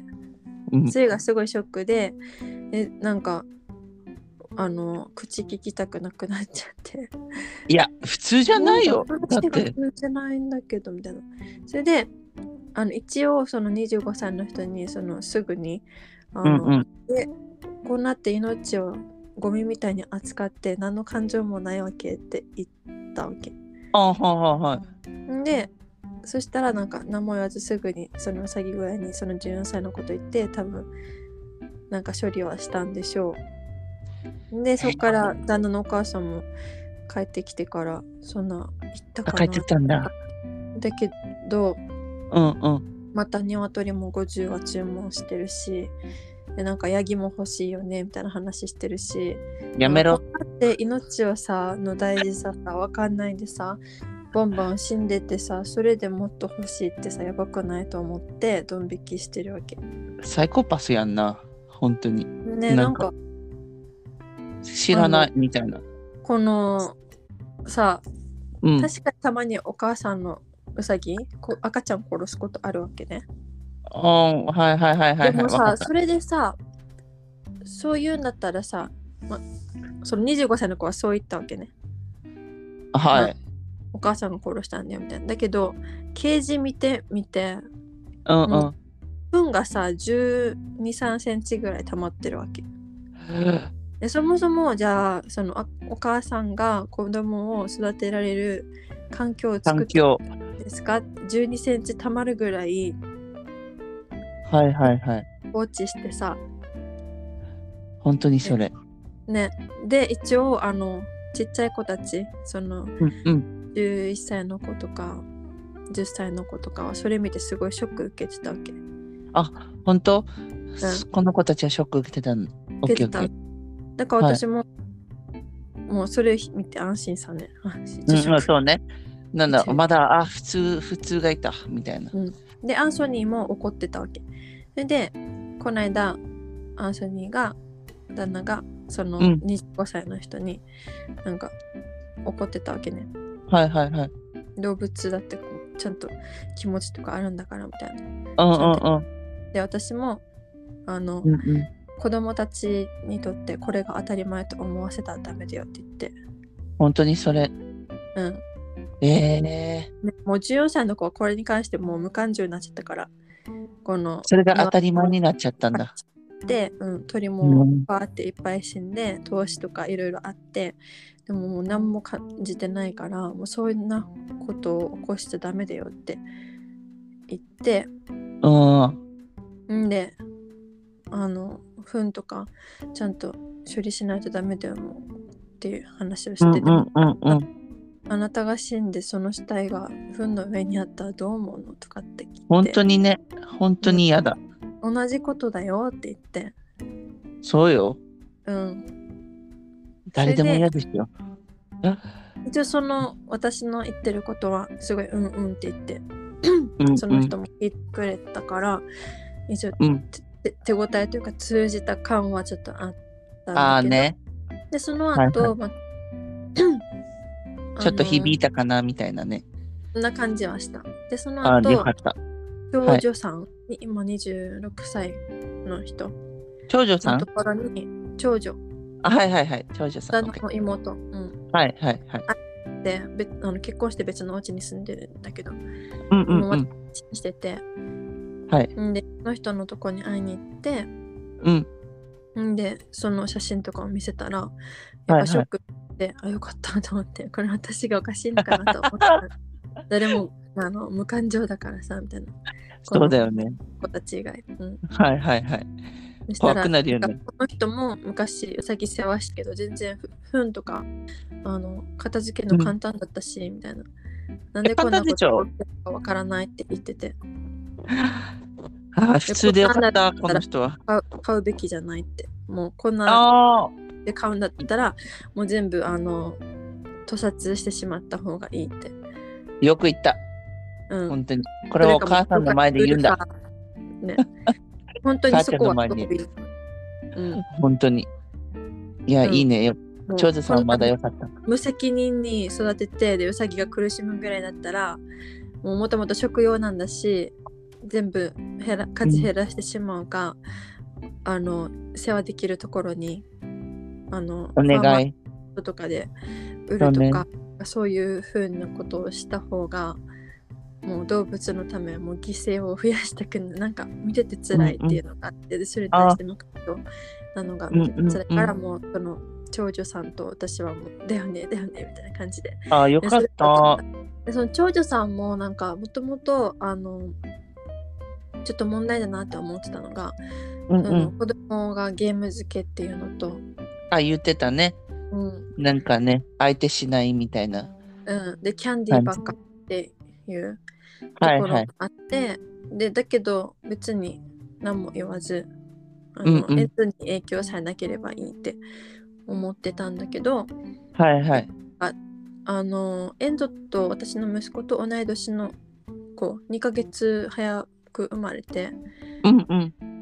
うん。 それがすごいショックで、えなんかあの口聞きたくなくなっちゃって、 いや、普通じゃないよ。だ話がって。 通じないんだけどみたいな。それであの一応そのにじゅうごさいの人にそのすぐにあの、 うんうん。 えこうなって命をゴミみたいに扱って何の感情もないわけって言ったわけあはいはいはい。 で、そしたらなんか何も言わずすぐにそのうさぎ小屋にそのじゅうよんさいのこと言って、多分なんか処理はしたんでしょう。でそっから旦那のお母さんも帰ってきてからそんな言ったかな。 帰ってたんだ。 だけどうんうん。 また鶏もごじゅうは注文してるし、でなんかヤギも欲しいよねみたいな話してるし、 やめろ。 だって命をさの大事ささ分かんないでさ、ボンボン死んでてさ、それでもっと欲しいってさやばくないと思ってドン引きしてるわけサイコパスやんな。本当に。 ね。なんか知らないみたいな。 このさ、 うん。 確かにたまにお母さんのうさぎこ赤ちゃん殺すことあるわけね。 ああ、はいはいはいはいはい。 でもわかった。 さそれでさそういうんだったらさ、ま、そのにじゅうごさいの子はそう言ったわけね。 はい、 まあ、お母さんが殺したんだよみたいな。だけどケージ見てみて、 うんうん。 糞がさじゅうに、さんセンチぐらい溜まってるわけで、そもそもじゃあそのあお母さんが子供を育てられる環境を作環って境。 ですか、じゅうにセンチ溜まるぐらいはいはいはい。 放置してさ、 本当にそれ。 ね、で一応あのちっちゃい子たち、そのうんうん。 じゅういっさいの子とかじゅっさいの子とかはそれ見てすごいショック受けてたわけ。 あ、本当、 うんこの子たちはショック受けてたの。 受けてた。だから私も、 はい、 もうそれ見て安心さね。安心うん、うん、そうね。なんだ、 一応まだ、あ、普通、普通がいた、みたいな。 うん、でアンソニーも怒ってたわけ。それでこの間アンソニーが旦那がそのうんにじゅうごさいの人になんか怒ってたわけね。 はいはいはい。 動物だってこうちゃんと気持ちとかあるんだからみたいな。 うんうんうん。 で私もあの、 うんうん、 子供たちにとってこれが当たり前と思わせたらダメだよって言って。 本当にそれ。 うん。 ええー。 ね、もうじゅうよんさいの子はこれに関してもう無感情になっちゃったから、このそれが当たり前になっちゃったんだ。 で、うん、鳥もバーっていっぱい死んで、投資とかいろいろあって、でももう何も感じてないから、もうそういうなことを起こしちゃダメだよって言って、 うん。 んで、あの糞とかちゃんと処理しないとダメだよもうっていう話をして、 うんうんうんうん、 あなたが死んでその死体が糞の上にあったらどう思うのとかって聞いて、 本当にね、本当に嫌だ、 うん、同じことだよって言って。 そうよ、 うん、 誰でも嫌ですよ。 一応その私の言ってることはすごいうんうんって言ってうん、 その人も言ってくれたから、一応、 うん、 手, 手応えというか通じた感はちょっとあったんだけど、 あーね、 でその後、はいはい、まちょっと響いたかなみたいなね。 そんな感じはした。でその後、あ、よ後かった。 長女さん、はい、今にじゅうろくさいの人。 長女さんのところに長女。 あ、はいはいはい。長女さん。 下の妹。うん。 はいはいはい。 で別あの結婚して別のお家に住んでるんだけど、 うんうんうん、 今私してて、 はい。 で、その人のとこに会いに行って、 うん。 で、その写真とかを見せたら、やっぱショックで、はいはい、あ、よかったと思って、これ私がおかしいのかなと思った。誰もあの無感情だからさ、みたいな。 そうだよね。 子たち以外。うん、 はいはいはい。怖くなるよね。 この人も昔うさぎ世話したけど全然ふんとかあの片付けの簡単だったし、うん、みたいな。なんでこんなことが起きるかわからないって言ってて。 ああ、普通でよかった、この人は。 買う、買うべきじゃないって。もうこんなで買うんだったらもう全部あの屠殺してしまった方がいいって。 よく言った。うん、本当に。これをお母さんの前で言うんだ。 ね、本当にそこはすごくいい。 うん、本当に。いや、うん、いいね。長女さんはまだよかった。 無責任に育てて、で、うさぎが苦しむぐらいだったら、もうもともと食用なんだし、全部減ら数減らしてしまうか、うん、あの、世話できるところに、あの、 お願い。 とかで売るとか、そう、ね、そういうふうなことをした方が、もう動物のためもう犠牲を増やしたくない、なんか見てて辛いっていうのがあって、うんうん、それに対して向かうなのが見てて辛いから、もうその長女さんと私はもうだよねだよねみたいな感じで。 ああ、よかった。 でその長女さんもなんかもともとあのちょっと問題だなって思ってたのが、うんうん、子供がゲーム漬けっていうのと、 あ、言ってたね、うん、なんかね相手しないみたいな、 うん、でキャンディーばっかっていうところがあって、はいはい、でだけど別に何も言わずあの、うんうん、エンゾに影響されなければいいって思ってたんだけど、 はいはい、 ああのエンゾと私の息子と同い年の子にかげつ早く生まれて、 うんうん、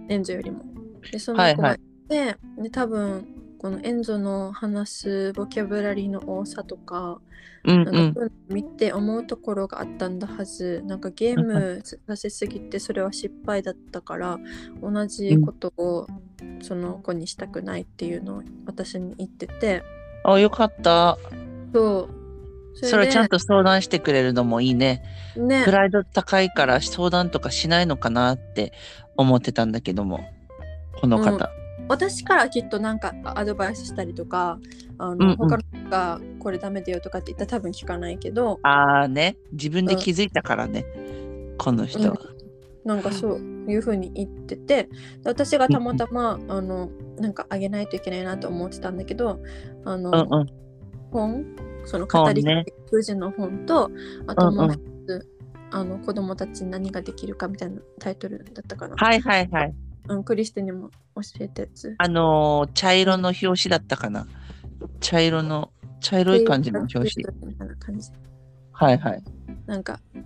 エンゾよりもでその子がいて、はいはい、で多分このエンゾの話すボキャブラリーの多さとか、うんうん、なんか見て思うところがあったんだはず。なんかゲームさせすぎてそれは失敗だったから同じことをその子にしたくないっていうのを私に言ってて、 あ、よかった。 そうそれ、それちゃんと相談してくれるのもいいね。ね、プライド高いから相談とかしないのかなって思ってたんだけども、この方、うん、 私からきっとなんかアドバイスしたりとか、あの、うんうん、他の人がこれダメだよとかって言ったら多分聞かないけど、 ああね、自分で気づいたからね、うん、この人は、 うん、なんかそういう風に言ってて、私がたまたま、うん、あのなんかあげないといけないなと思ってたんだけど、あの、うんうん、本その語り育児の本と、ね、あともう一つ、うんうん、あの子供たちに何ができるかみたいなタイトルだったかな。 はいはいはい。 うん、クリステにも教えたやつ。 あのー、茶色の表紙だったかな。茶色の茶色い感じの表紙。みたいな感じ。はいはい。 なんか、うん、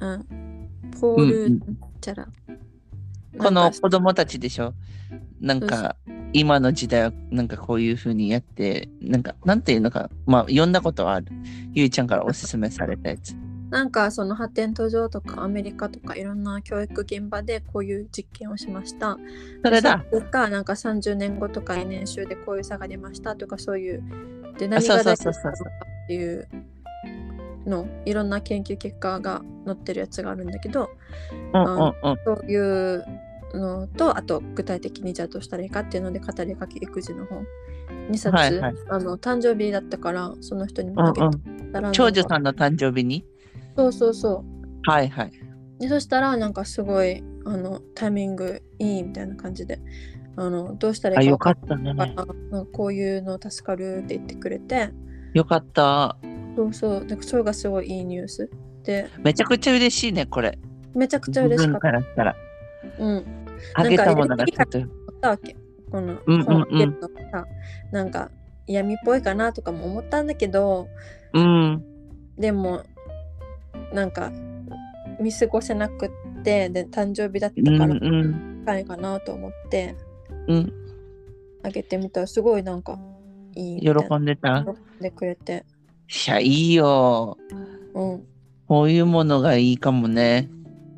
ポールチャラ、 うん、この子供たちでしょ。なんか今の時代はなんかこういう風にやってなんかなんていうのか、まあ読んだことはある。ゆいちゃんからおすすめされたやつ。 なんかその発展途上とかアメリカとかいろんな教育現場でこういう実験をしました。 それだ。 それかなんかさんじゅうねんごとか年収でこういう差が出ましたとかそういうで何が大事なのかっていうのいろんな研究結果が載ってるやつがあるんだけど、 うんうんうん、 そういうのとあと具体的にじゃあどうしたらいいかっていうので語りかけ育児の本にさつ、はいはい、あの誕生日だったからその人にもあげたら、うんうん、 長女さんの誕生日にそうそうそうはいはいでそしたらなんかすごいあのタイミングいいみたいな感じであのどうしたらいいか分かったから、ね、こういうの助かるって言ってくれてよかったそうそうだからそれがすごいいいニュースでめちゃくちゃ嬉しいねこれめちゃくちゃ嬉しかったからしたらうんあげたものがちょっとったわけこの本っていうのがなんか闇っぽいかなとかも思ったんだけど、 うん、 でもなんか見過ごせなくってで誕生日だったから近いかなと思って、 うん、 あげてみたらすごいなんかいいみたいな喜んでた喜んでくれていやいいよ、 うん、 こういうものがいいかもね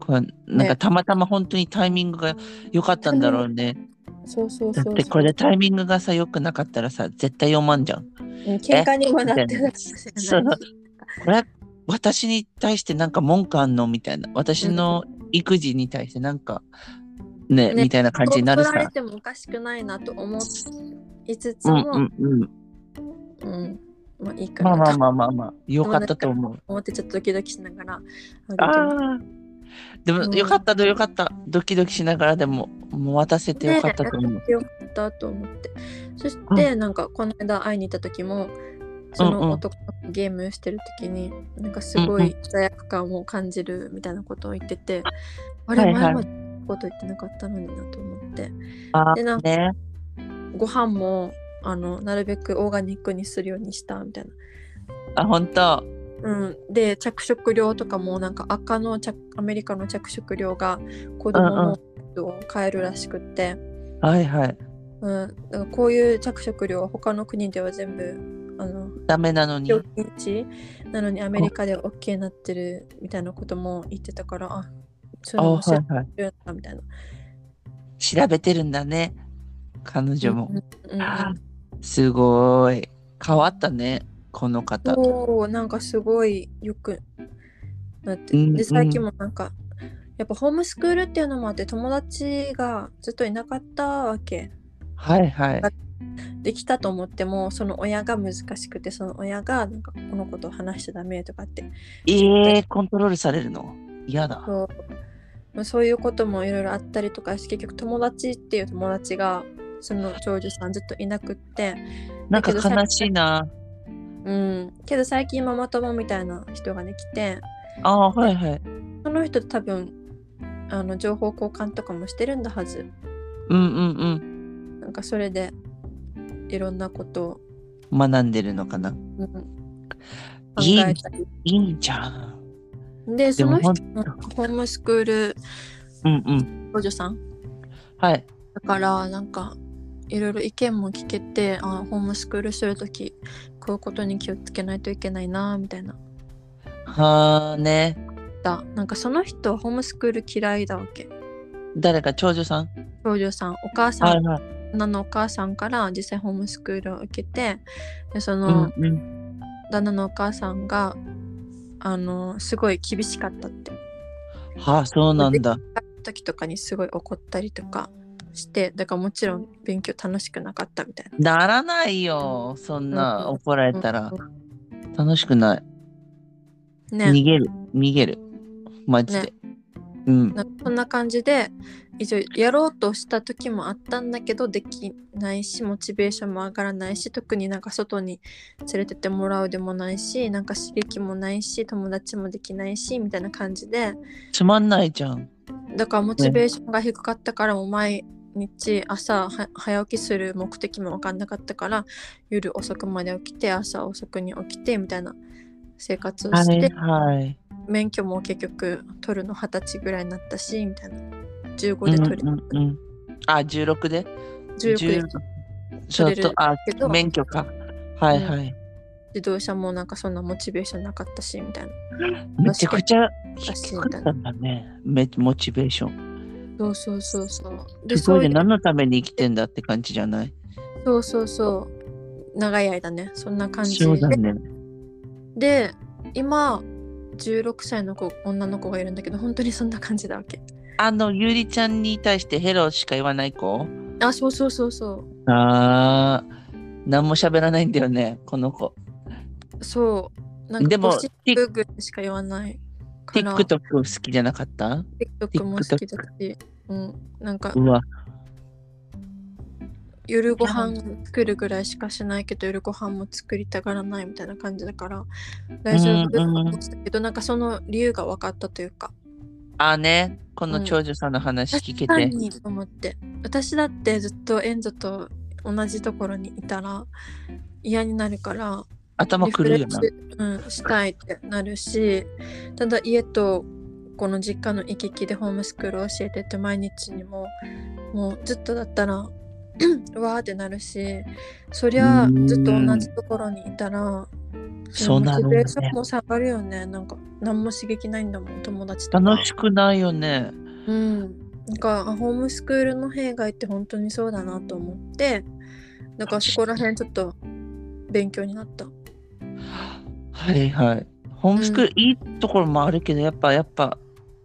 これなんかたまたま本当にタイミングが良かったんだろうね。 そうそうだっそうそう。 てこれタイミングがさ良くなかったらさ絶対読まんじゃん。 うん喧嘩にもなってみたいなたかもしれそうないし。 これ私に対してなんか文句あんのみたいな。私の育児に対してなんかね、 ね、 みたいな感じになるさ。 取られてもおかしくないなと思いつつも、 うんうんうん。 うん、まあいいかなとまあまあまあまあまあ、よかったと思う。 思ってちょっとドキドキしながらあげてあまあ、でもうんよかったとよかった。ドキドキしながらでも、もう渡せてよかったと思う。 ねえ、よかったと思って。そしてなんかこの間会いに行った時も、その男の子ゲームしてる時になんかすごい罪悪感を感じるみたいなことを言ってて、あれ前までこと言ってなかったのになと思って。 あでなんかね、 ご飯もあのなるべくオーガニックにするようにしたみたいな。 あ、本当。 うん、で着色料とかもなんか赤の着アメリカの着色料が子供のを変えるらしくって、 はいはい。 うん、だからこういう着色料は他の国では全部あのダメなのに禁止なのにアメリカでは OK になってるみたいなことも言ってたから、あ、そういうのも知ってるんだみたいな。 調べてるんだね、彼女も。 うんうんうん、 すごい変わったね、この方。 そうなんかすごいよくなって、 うんうん、 で最近もなんかやっぱホームスクールっていうのもあって友達がずっといなかったわけ。 はいはい。 できたと思ってもその親が難しくて、その親がなんかこのことを話しちゃダメとかってえー、コントロールされるの嫌だ。 そう、そういうこともいろいろあったりとかして、結局友達っていう友達がその長女さんずっといなくって、 なんか悲しいな。 うん、けど最近ママ友みたいな人がね来て、 ああはいはい。 その人と多分あの情報交換とかもしてるんだはず。 うんうんうん。 なんかそれでいろんなことを学んでるのかな。うん、 考えたり。 いいんじゃん。 で、その人のホームスクール、 うんうん、 長女さん。 はい。 だからなんかいろいろ意見も聞けて、あ、ホームスクールするときこういうことに気をつけないといけないなみたいな。 はあね。 だなんかその人ホームスクール嫌いだわけ。 誰か長女さん？ 長女さん、お母さん、 はいはい、 旦那のお母さんから実際ホームスクールを受けて、でその、うんうん、旦那のお母さんがあのすごい厳しかったって。 はあ、そうなんだ。 時とかにすごい怒ったりとかして、だからもちろん勉強楽しくなかったみたいな。ならないよ、そんな怒られたら、うん、楽しくない。ね、逃げる逃げるマジで。ね、うん。 なんかそんな感じで一応やろうとした時もあったんだけどできないし、モチベーションも上がらないし、特になんか外に連れてってもらうでもないし、なんか刺激もないし友達もできないしみたいな感じでつまんないじゃん。 だからモチベーションが低かったからもう毎日朝は早起きする目的も分かんなかったから夜遅くまで起きて朝遅くに起きてみたいな生活をして、 はいはい、 免許も結局取るのはたちぐらいになったしみたいな。じゅうごで取れた、うんうんうん、 あじゅうろくでじゅうろくで取れるあ免許か。はいはい、うん、 自動車もなんかそんなモチベーションなかったしみたいな。 めちゃくちゃ低かったんだね、モチベーション。 そうそうそうそうですごいね、何のために生きてんだって感じじゃない？ そうそうそう長い間ねそんな感じで。 そうだね。 で今じゅうろくさいの子女の子がいるんだけど本当にそんな感じだわけ。 あのゆりちゃんに対してヘロしか言わない子？ あ、そうそうそうそう。 あー何も喋らないんだよねこの子。 そうなんかでもググしか言わないから。 TikTok 好きじゃなかった？ TikTok も好きだし、うん、なんかうわ夜ご飯作るぐらいしかしないけど夜ご飯も作りたがらないみたいな感じだから大丈夫だと思ってたけど、なんかその理由が分かったというか。 あね、この長女さんの話聞けて、 うん、確かにと思って、私だってずっとエンゾと同じところにいたら嫌になるから頭くるよな、 うん、したいってなるし、ただ家とこの実家の行き来でホームスクールを教えてて毎日にももうずっとだったらわーってなるし、そりゃずっと同じところにいたらそうなるモチベよね。 ーションも下がるよね。なんか何も刺激ないんだもん、友達とか。 楽しくないよね。 うん。なんかホームスクールの弊害って本当にそうだなと思って、だからそこら辺ちょっと勉強になった。 はいはい。ホームスクール、いいところもあるけど、やっぱやっぱ、うん、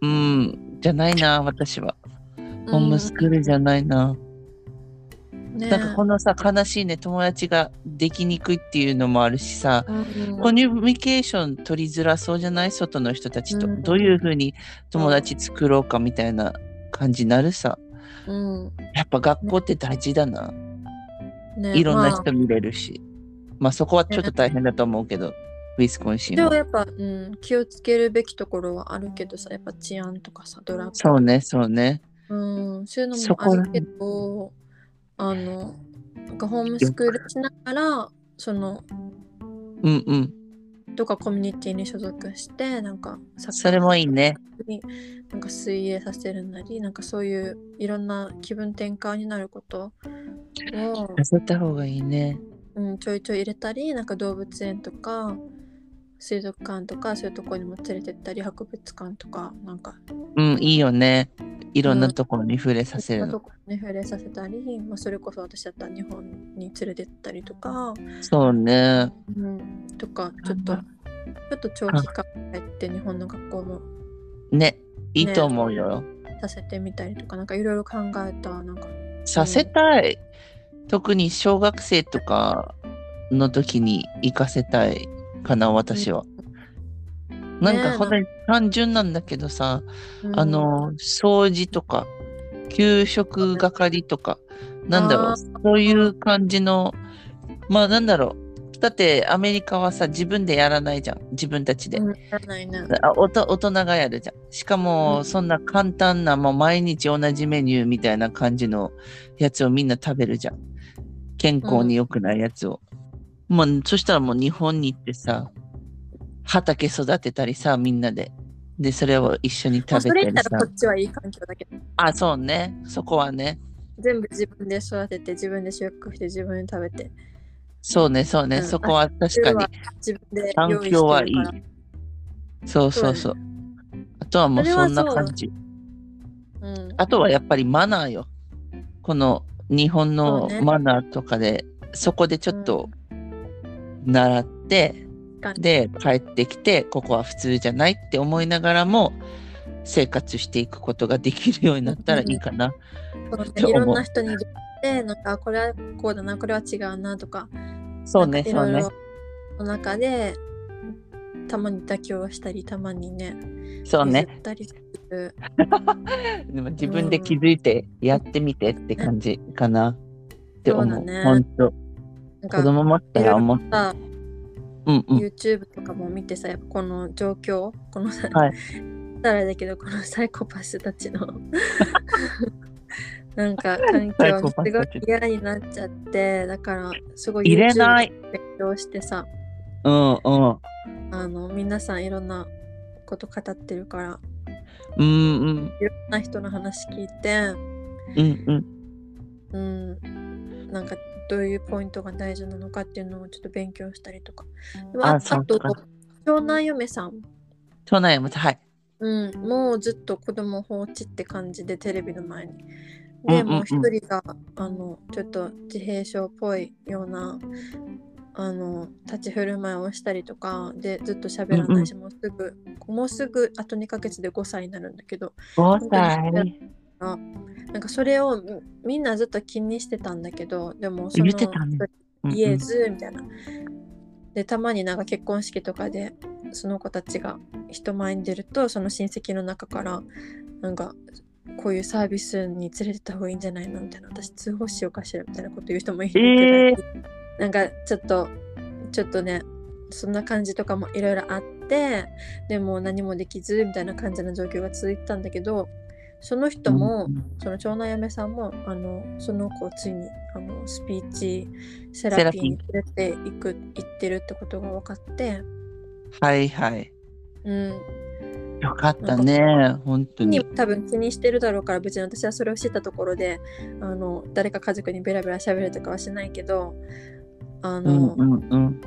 じゃないな、私は。ホームスクールじゃないな。 ね、 なんかこのさ、悲しいね、友達ができにくいっていうのもあるしさ、 うん、 コミュニケーション取りづらそうじゃない？外の人たちと。 うん、 どういうふうに友達作ろうかみたいな感じになるさ。 うん、 やっぱ学校って大事だな。 ね、 いろんなまあ人見れるし。まあそこはちょっと大変だと思うけど、ウィスコンシンは。 でもやっぱ、うん、気をつけるべきところはあるけどさ、やっぱ治安とかさ、ドラッグとか。 そうね、そうね。 うん、そういうのそこらもあるけど、あの、なんかホームスクールしながら、その、 うんうん。 とかコミュニティに所属して、なんかサッカーそれもいいね。 なんか水泳させるなり、なんかそういういろんな気分転換になることを、 させた方がいいね。 うん、ちょいちょい入れたり、なんか動物園とか水族館とかそういうところにも連れてったり、博物館とかなんか、 うん、いいよね。いろんなところに触れさせるの。 いろんなところに触れさせたり、まあ、それこそ私だったら日本に連れてったりとか、 そうね。 うん、とかちょっとちょっと長期間入って日本の学校もね、いいと思うよ。 させてみたりとか、なんかいろいろ考えた、なんかさせたい。特に小学生とかの時に行かせたいかな、私は。なんか本当に単純なんだけどさ、 うん、 あの、掃除とか、給食係とか、なんだろう、そういう感じの、まあなんだろう。だってアメリカはさ、自分でやらないじゃん。自分たちで。 うん、やらないね。 あおと大人がやるじゃん。しかも、そんな簡単な、もう毎日同じメニューみたいな感じのやつをみんな食べるじゃん。健康に良くないやつを。うん、もう、そしたらもう日本に行ってさ、畑育てたりさ、みんなで。で、それを一緒に食べたりさ。 それ言ったらこっちはいい環境だけど。 あ、そうね。そこはね。 全部自分で育てて、自分で収穫して、自分で食べて。 そうね、そうね。うん、そこは確かに。 自分で環境はいい。そうそうそう。あとはもうそんな感じ。うん、あとはやっぱりマナーよ。この日本のマナーとかで、そこでちょっと習って、うん、で帰ってきて、ここは普通じゃないって思いながらも生活していくことができるようになったらいいかな。 うんうん、いろんな人に言って、なんかこれはこうだな、これは違うなとか。 そうね、そうね。 の中でたまに妥協したり、たまにね、 そうね。 譲ったりする。 でも自分で気づいてやってみてって感じかなって思う。そうだね。本当。子供持ったら思った。 うんうん、YouTube とかも見てさ、やっぱこの状況、このさ、はい、たらだけどこのサイコパスたちのなんか環境にすごい嫌になっちゃって、だからすごい YouTube で勉強してさ、 うんうん、 あの皆さんいろんなこと語ってるから、 うんうん、 いろんな人の話聞いて、 うんうん、うん、なんかどういうポイントが大事なのかっていうのをちょっと勉強したりとか。でも あ, あと長男嫁さん。 長男嫁さん、はい。 うん、もうずっと子供放置って感じでテレビの前に。で、もう一人があのちょっと自閉症っぽいようなあの立ち振る舞いをしたりとかでずっと喋らないし、うんうん、もうすぐもうすぐあとにかげつでごさいになるんだけど、 ごさいなんかそれをみんなずっと気にしてたんだけど、でもその言ってたね、 言えずみたいな。でたまになんか結婚式とかでその子たちが人前に出ると、その親戚の中からなんかこういうサービスに連れてった方がいいんじゃないのみたいな、私通報しようかしらみたいなこと言う人もいるくらい、えー、なんかちょっとちょっとね、そんな感じとかもいろいろあって、でも何もできずみたいな感じの状況が続いてたんだけど、その人も、うん、その長男嫁さんもあのその子をついにあのスピーチセラピーに連れていく行ってるってことが分かって、 はいはい、 うん、 よかったね、本当に。 多分気にしてるだろうから、別に私はそれを知ったところであの誰か家族にベラベラ喋るとかはしないけど、あの、 うんうんうん、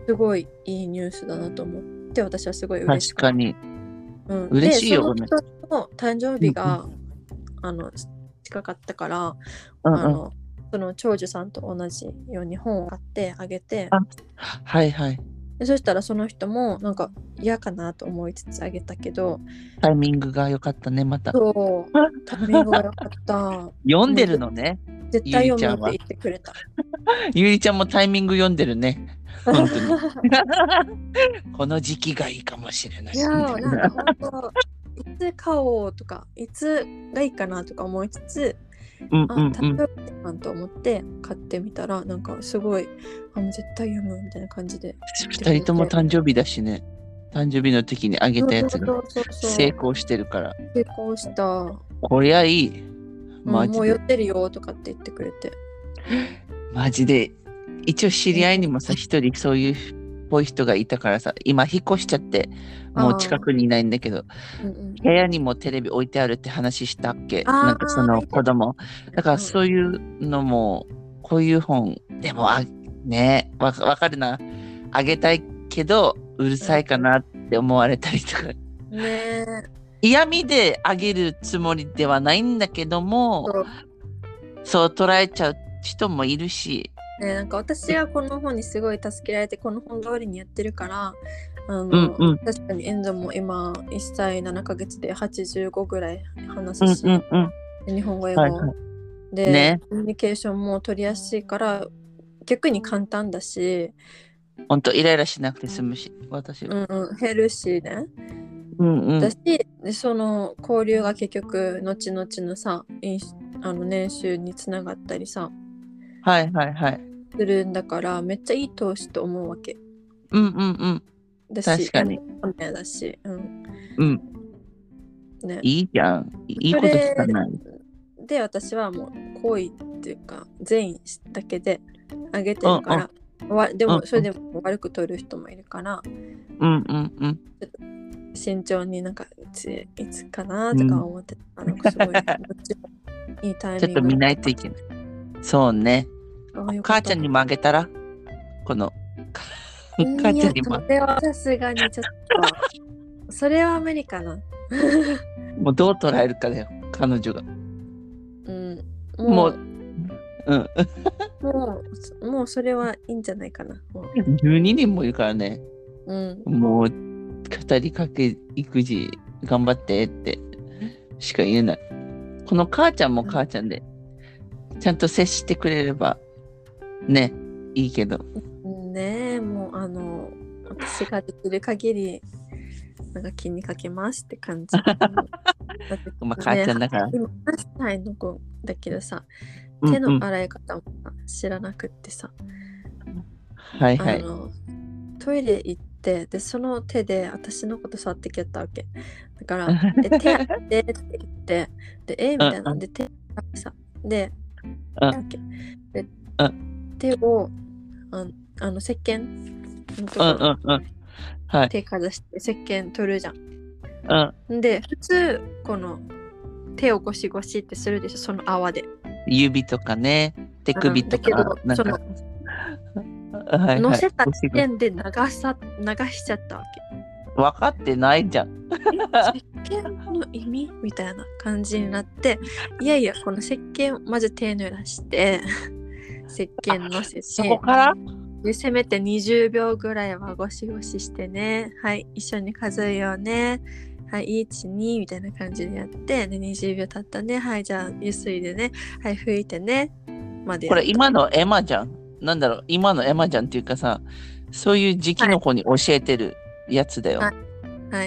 すごいいいニュースだなと思って私はすごい嬉しかった。 確かに、 うん、 嬉しいよね。でその人の誕生日が、うんうん、あの近かったから、うんうん、あのその長女さんと同じように本を買ってあげて、 あ、はいはい。 でそしたらその人もなんか嫌かなと思いつつあげたけど、 タイミングが良かったね。またそうタイミングが良かった読んでるのね、 絶対読むって言ってくれた。 ゆりちゃんもタイミング読んでるね、本当にこの時期がいいかもしれない。 いやなんか本当いつ買おうとかいつがいいかなとか思いつつ、 うんうんうん、 あ誕生日だなと思って買ってみたらなんかすごいあもう絶対読むみたいな感じでふたりとも誕生日だしね、誕生日の時にあげたやつが成功してるから。 成功した。 こりゃいい、 マジで、うん、もう寄ってるよとかって言ってくれてマジで一応知り合いにもさ一人そういうっぽい人がいたからさ、今引っ越しちゃってもう近くにいないんだけど、うんうん、部屋にもテレビ置いてあるって話したっけ、なんかその子供だからそういうのも、こういう本でもあねわわかるな、あげたいけどうるさいかなって思われたりとか、 うん、ね嫌味であげるつもりではないんだけども、そう捉えちゃう人もいるし、 ね、なんか私はこの本にすごい助けられてこの本通りにやってるからあの、 うんうん、 確かにエンゾも今いっさいななかげつではちじゅうごぐらい話すし、 うんうんうん、 日本語英語、はいはい、で、ね、コミュニケーションも取りやすいから逆に簡単だし、 ほんとイライラしなくて済むし私は、 うんうん、減るしね、 うんうん、 だしでその交流が結局後々のさあの年収につながったりさ、 はいはいはい、 するんだからめっちゃいい投資と思うわけ。 うんうんうん、 だし確かに、 だし、うんうんね、いいじゃん、いいことしかない。 で私はもう好意っていうか善意だけであげてるから、うんうん、でもそれでも悪く取る人もいるから、 うんうんうん、 ちょっと慎重になんかいついつかなとか思ってた、うん、なんかすごいいいタイミングちょっと見ないといけない。そうね。母ちゃんにもあげたらこの母ちゃんにも。 それはさすがにちょっとそれは無理かな。 もうどう捉えるかだよ彼女が。 うん。 もう、うん。 もうもうそれはいいんじゃないかな。もうじゅうににんもいるからね。 うん。 もう語りかけ育児頑張ってってしか言えない。この母ちゃんも母ちゃんで、うん、ちゃんと接してくれればねいいけど。 ねえもうあの私ができる限りなんか気にかけますって感じ。 まあ母ちゃんだから。 今はっさいの子だけどさ、手の洗い方も知らなくってさ、 うんうん、はいはい。 あのトイレ行ってでその手で私のこと触ってきやったわけ。だからえ手洗ってって言ってでえみたいなで手さでで手をああの石鹸のところ、 うんうんうんはい、 手かざして石鹸取るじゃん。 うん、 で普通この手をゴシゴシってするでしょその泡で。 指とかね手首とか、うん、だけどなんかそのはいはい、乗せた時点で流さ流しちゃったわけ。分かってないじゃん。 石鹸の意味みたいな感じになっていやいやこの石鹸まず手濡らして石鹸のせてそこからでせめてにじゅうびょうぐらいはゴシゴシしてねはい一緒に数えようねはいいちにみたいな感じでやってでにじゅうびょう経ったねはいじゃあゆすいでねはい拭いてねまでやこれ今のエマじゃんなんだろう今のエマじゃんっていうかさそういう時期の子に教えてるやつだよ。 はい、はい、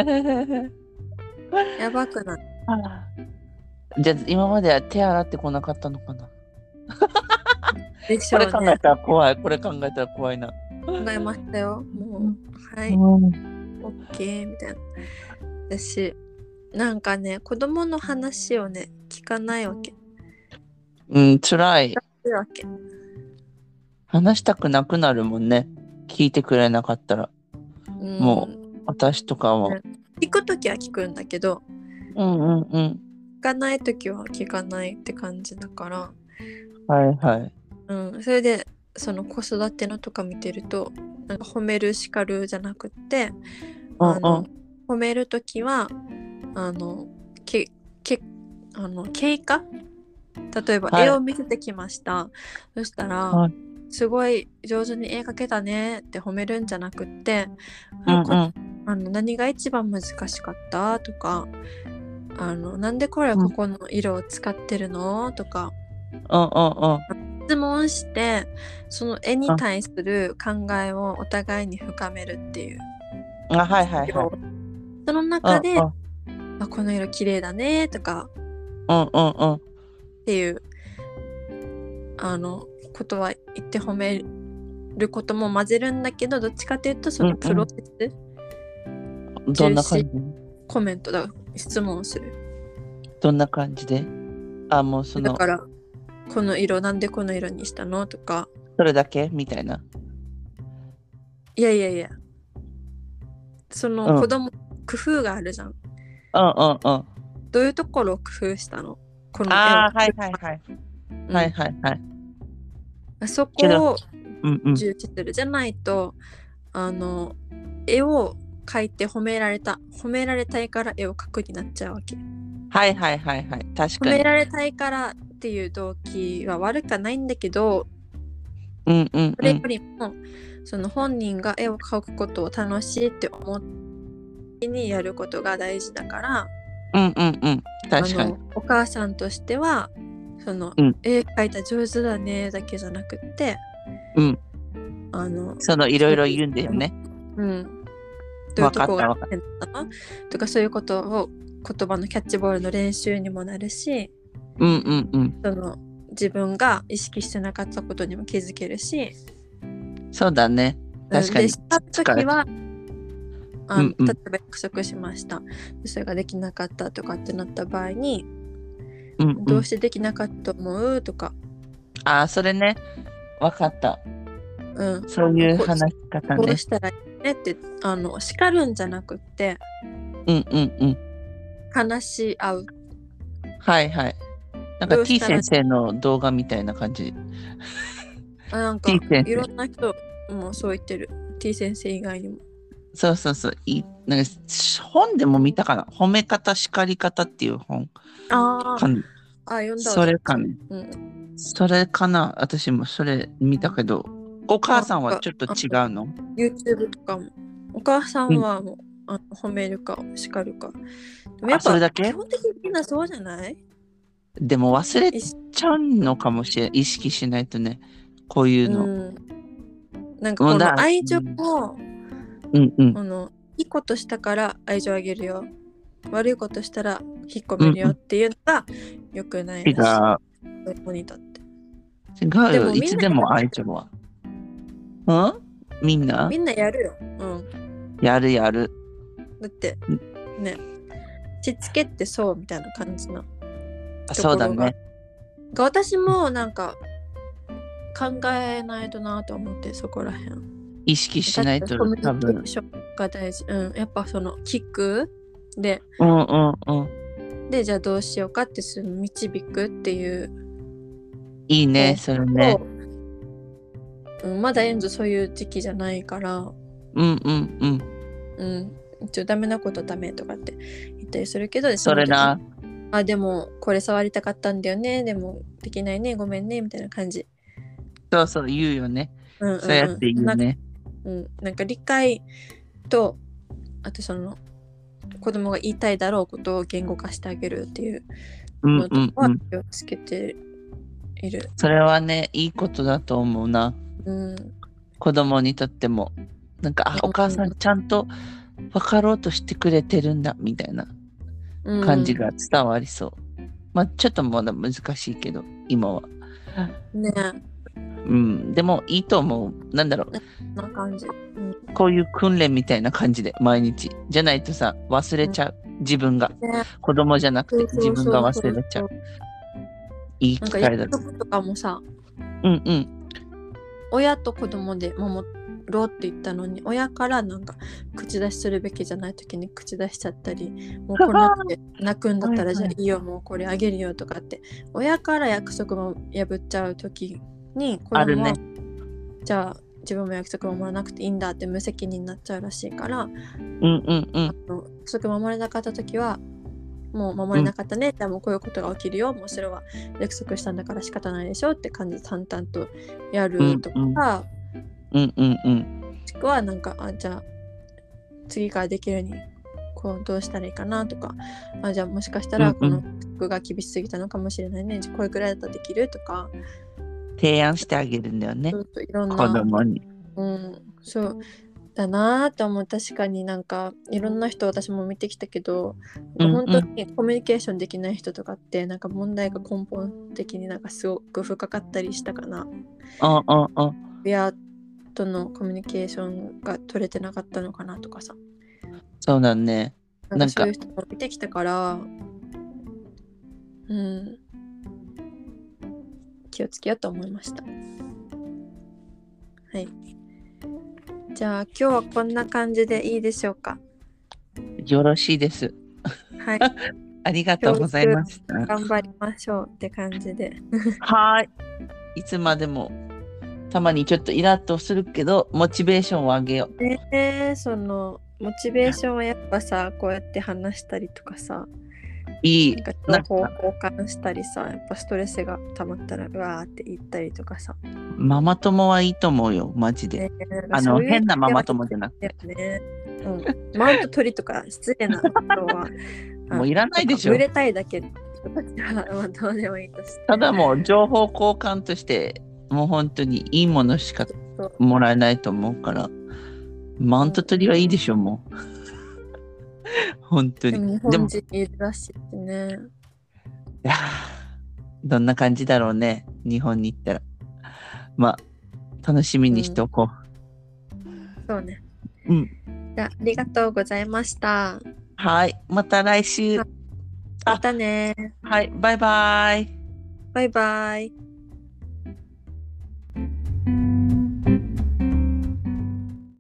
やばくない？ じゃあ今までは手洗ってこなかったのかな。 でしょうね、 これ考えたら怖いこれ考えたら怖いな。 考えましたよもう、うん、はい、うん、オッケーみたいな。私なんかね子供の話をね聞かないわけ。 うん辛い。 わけ話したくなくなるもんね聞いてくれなかったら。うん、もう私とかは、 ね、聞くときは聞くんだけど、 うんうんうん、 聞かないときは聞かないって感じだからはいはい、 うん、それでその子育てのとか見てるとなんか褒める叱るじゃなくて、 うんあの褒めるときはあのけけあの経過、例えばはい絵を見せてきました、そしたら、 はい、 すごい上手に絵描けたねって褒めるんじゃなくって、 うんうん、 こあの何が一番難しかったとか、あのなんでこれはここの色を使ってるのとかうんうん質問して、その絵に対する考えをお互いに深めるっていう。 うん。あ、はいはいはい。 そのうん中で、 うんあ、この色綺麗だねとかうんうんうん。 っていうあのことは言って褒めることも混ぜるんだけど、どっちかというとそのプロセス、 うん、どんな感じ？ コメントだ、質問する。 どんな感じで？あ、もうそのだからこの色なんでこの色にしたのとか、 それだけみたいな。 いやいやいや、そうんの子供、工夫があるじゃん。 うんうんうん。 どういうところを工夫したの、この絵を。 ああ、はいはいはい。 うん、 はいはいはい。 そけどこをうんうん。 重視するじゃないと、あの絵を描いて褒められた褒められたいから絵を描くになっちゃうわけ。 はいはいはいはい。確か褒めに。 られたいからっていう動機は悪くはないんだけど、 うんうんそれようん。 りもその本人が絵を描くことを楽しいって思ってにやることが大事だから、 うんうんうん。確かに。 あのお母さんとしてはその、 うん絵描いた上手だねだけじゃなくって、 うん。 あのそのいろいろ言うんだよね。 うん、どういうとこが変だったのとか、そういうことを言葉のキャッチボールの練習にもなるし、 うんうんうん。 その自分が意識してなかったことにも気づけるし、 そうだね。確かに。 でした時はあの、 うんうん、 例えば約束しました、それができなかったとかってなった場合に、 うんうん、 どうしてできなかったと思うとか。 ああ、それね、分かった。 うん、 そういう話し方ね。 こうしたらいいねってあの叱るんじゃなくて、 うんうんうん。 話し合う。 はいはい。なんか T 先生の動画みたいな感じ。 あ、なんか T 先生いろんな人もそう言ってる。T 先生以外にも。 そうそうそう。いなんか本でも見たかな。褒め方、叱り方っていう本。 あかんあ、読んだ。 それかね、 うん。 それかな。私もそれ見たけど、お母さんはちょっと違うの？ YouTube とかも。お母さんはもう、うん、あの褒めるか叱るか。でもやっぱそれだけ？ 基本的にみんなそうじゃない？ でも忘れちゃうのかもしれない。意識しないとね。こういうの。 うん、なんかこの愛情を、 うんうん、 あのいいことしたから愛情あげるよ。悪いことしたら引っ込めるよっていうのが良くないらしい。違う。子にとって。 違うよ。いつでも愛情は。うんみんなみんなやるよ。うん。 やるやる。 だってね、しつけってそうみたいな感じな。 そうだね。 私もなんか考えないとなと思って、そこらへん。 意識しないと多分。 が大事。うん。やっぱその聞くで、 うんうんうん。 で、じゃあどうしようかってその導くっていう。 いいね、それね。 うん、まだエンゾそういう時期じゃないから。 うんうんうん。 うん。一応ダメなことダメとかって言ったりするけど、 それな。 あ、でもこれ触りたかったんだよね。でもできないね。ごめんね。みたいな感じ。 そうそう言うよね。うんうんうん、そうやって言うね。 うん、なんか理解と、あとその子供が言いたいだろうことを言語化してあげるっていうのとかは気をつけている、うんうんうん。 それはね、いいことだと思うな。うん、子供にとっても。なんか、あ、お母さんちゃんと分かろうとしてくれてるんだみたいな感じが伝わりそう。うん、まあちょっとまだ難しいけど、今は。ね。うん、でもいいと思う。なんだろう。 こんな感じ、うん。 こういう訓練みたいな感じで毎日。じゃないとさ、忘れちゃう。自分が。ね、子供じゃなくて自分が忘れちゃう。いい機会だと。 なんか約束とかもさ、 うんうん。 親と子供で守ろうって言ったのに、親からなんか口出しするべきじゃない時に口出しちゃったり、もうこんなって泣くんだったらじゃあいいよ、もうこれあげるよとかって、親から約束も破っちゃう時に子供は、ね、じゃあ自分も約束守らなくていいんだって無責任になっちゃうらしいから、 うんうんうん。 あの約束守れなかった時はもう守れなかったね、うん、じゃあもうこういうことが起きるよ、もうそれは約束したんだから仕方ないでしょって感じで淡々とやるとか、 うんうんうん、 もしくはなんかあじゃあ次からできるようにこうどうしたらいいかなとか、あじゃあもしかしたらこの服が厳しすぎたのかもしれないね、うんうん、これくらいだったらできるとか提案してあげるんだよね、 いろんな子供に。 うん、そうだなと思う。確かになんかいろんな人私も見てきたけど、うんうん、本当にコミュニケーションできない人とかってなんか問題が根本的になんかすごく深かったりしたかな。 あああ親とのコミュニケーションが取れてなかったのかなとかさ。 そうだね。 なんかそういう人も見てきたからうん気をつけようと思いました。はい、じゃあ今日はこんな感じでいいでしょうか。 よろしいです。 はい。 ありがとうございました。 頑張りましょうって感じで。 はい。いつまでもたまにちょっとイラッとするけどモチベーションを上げよう。 えー、そのモチベーションはやっぱさこうやって話したりとかさ。 いいなんか情報交換したりさ、やっぱストレスが溜まったらうわーって言ったりとかさ。 ママ友はいいと思うよマジで、えー、あの変なママ友じゃなくて、 ね、うん、マウント取りとか失礼な人はもういらないでしょ。 群れたいだけの人たちは、まあ、どうでもいいとして、 ただもう情報交換としてもう本当にいいものしかもらえないと思うからマウント取りはいいでしょ、うん、もう本当に。 日本人いるらしいね。 いやどんな感じだろうね日本に行ったら。まあ楽しみにしておこう、 うん、そうね。 うんじゃあ、ありがとうございました。 はいまた来週。 またね。 はいバイバイ。 バイバイ。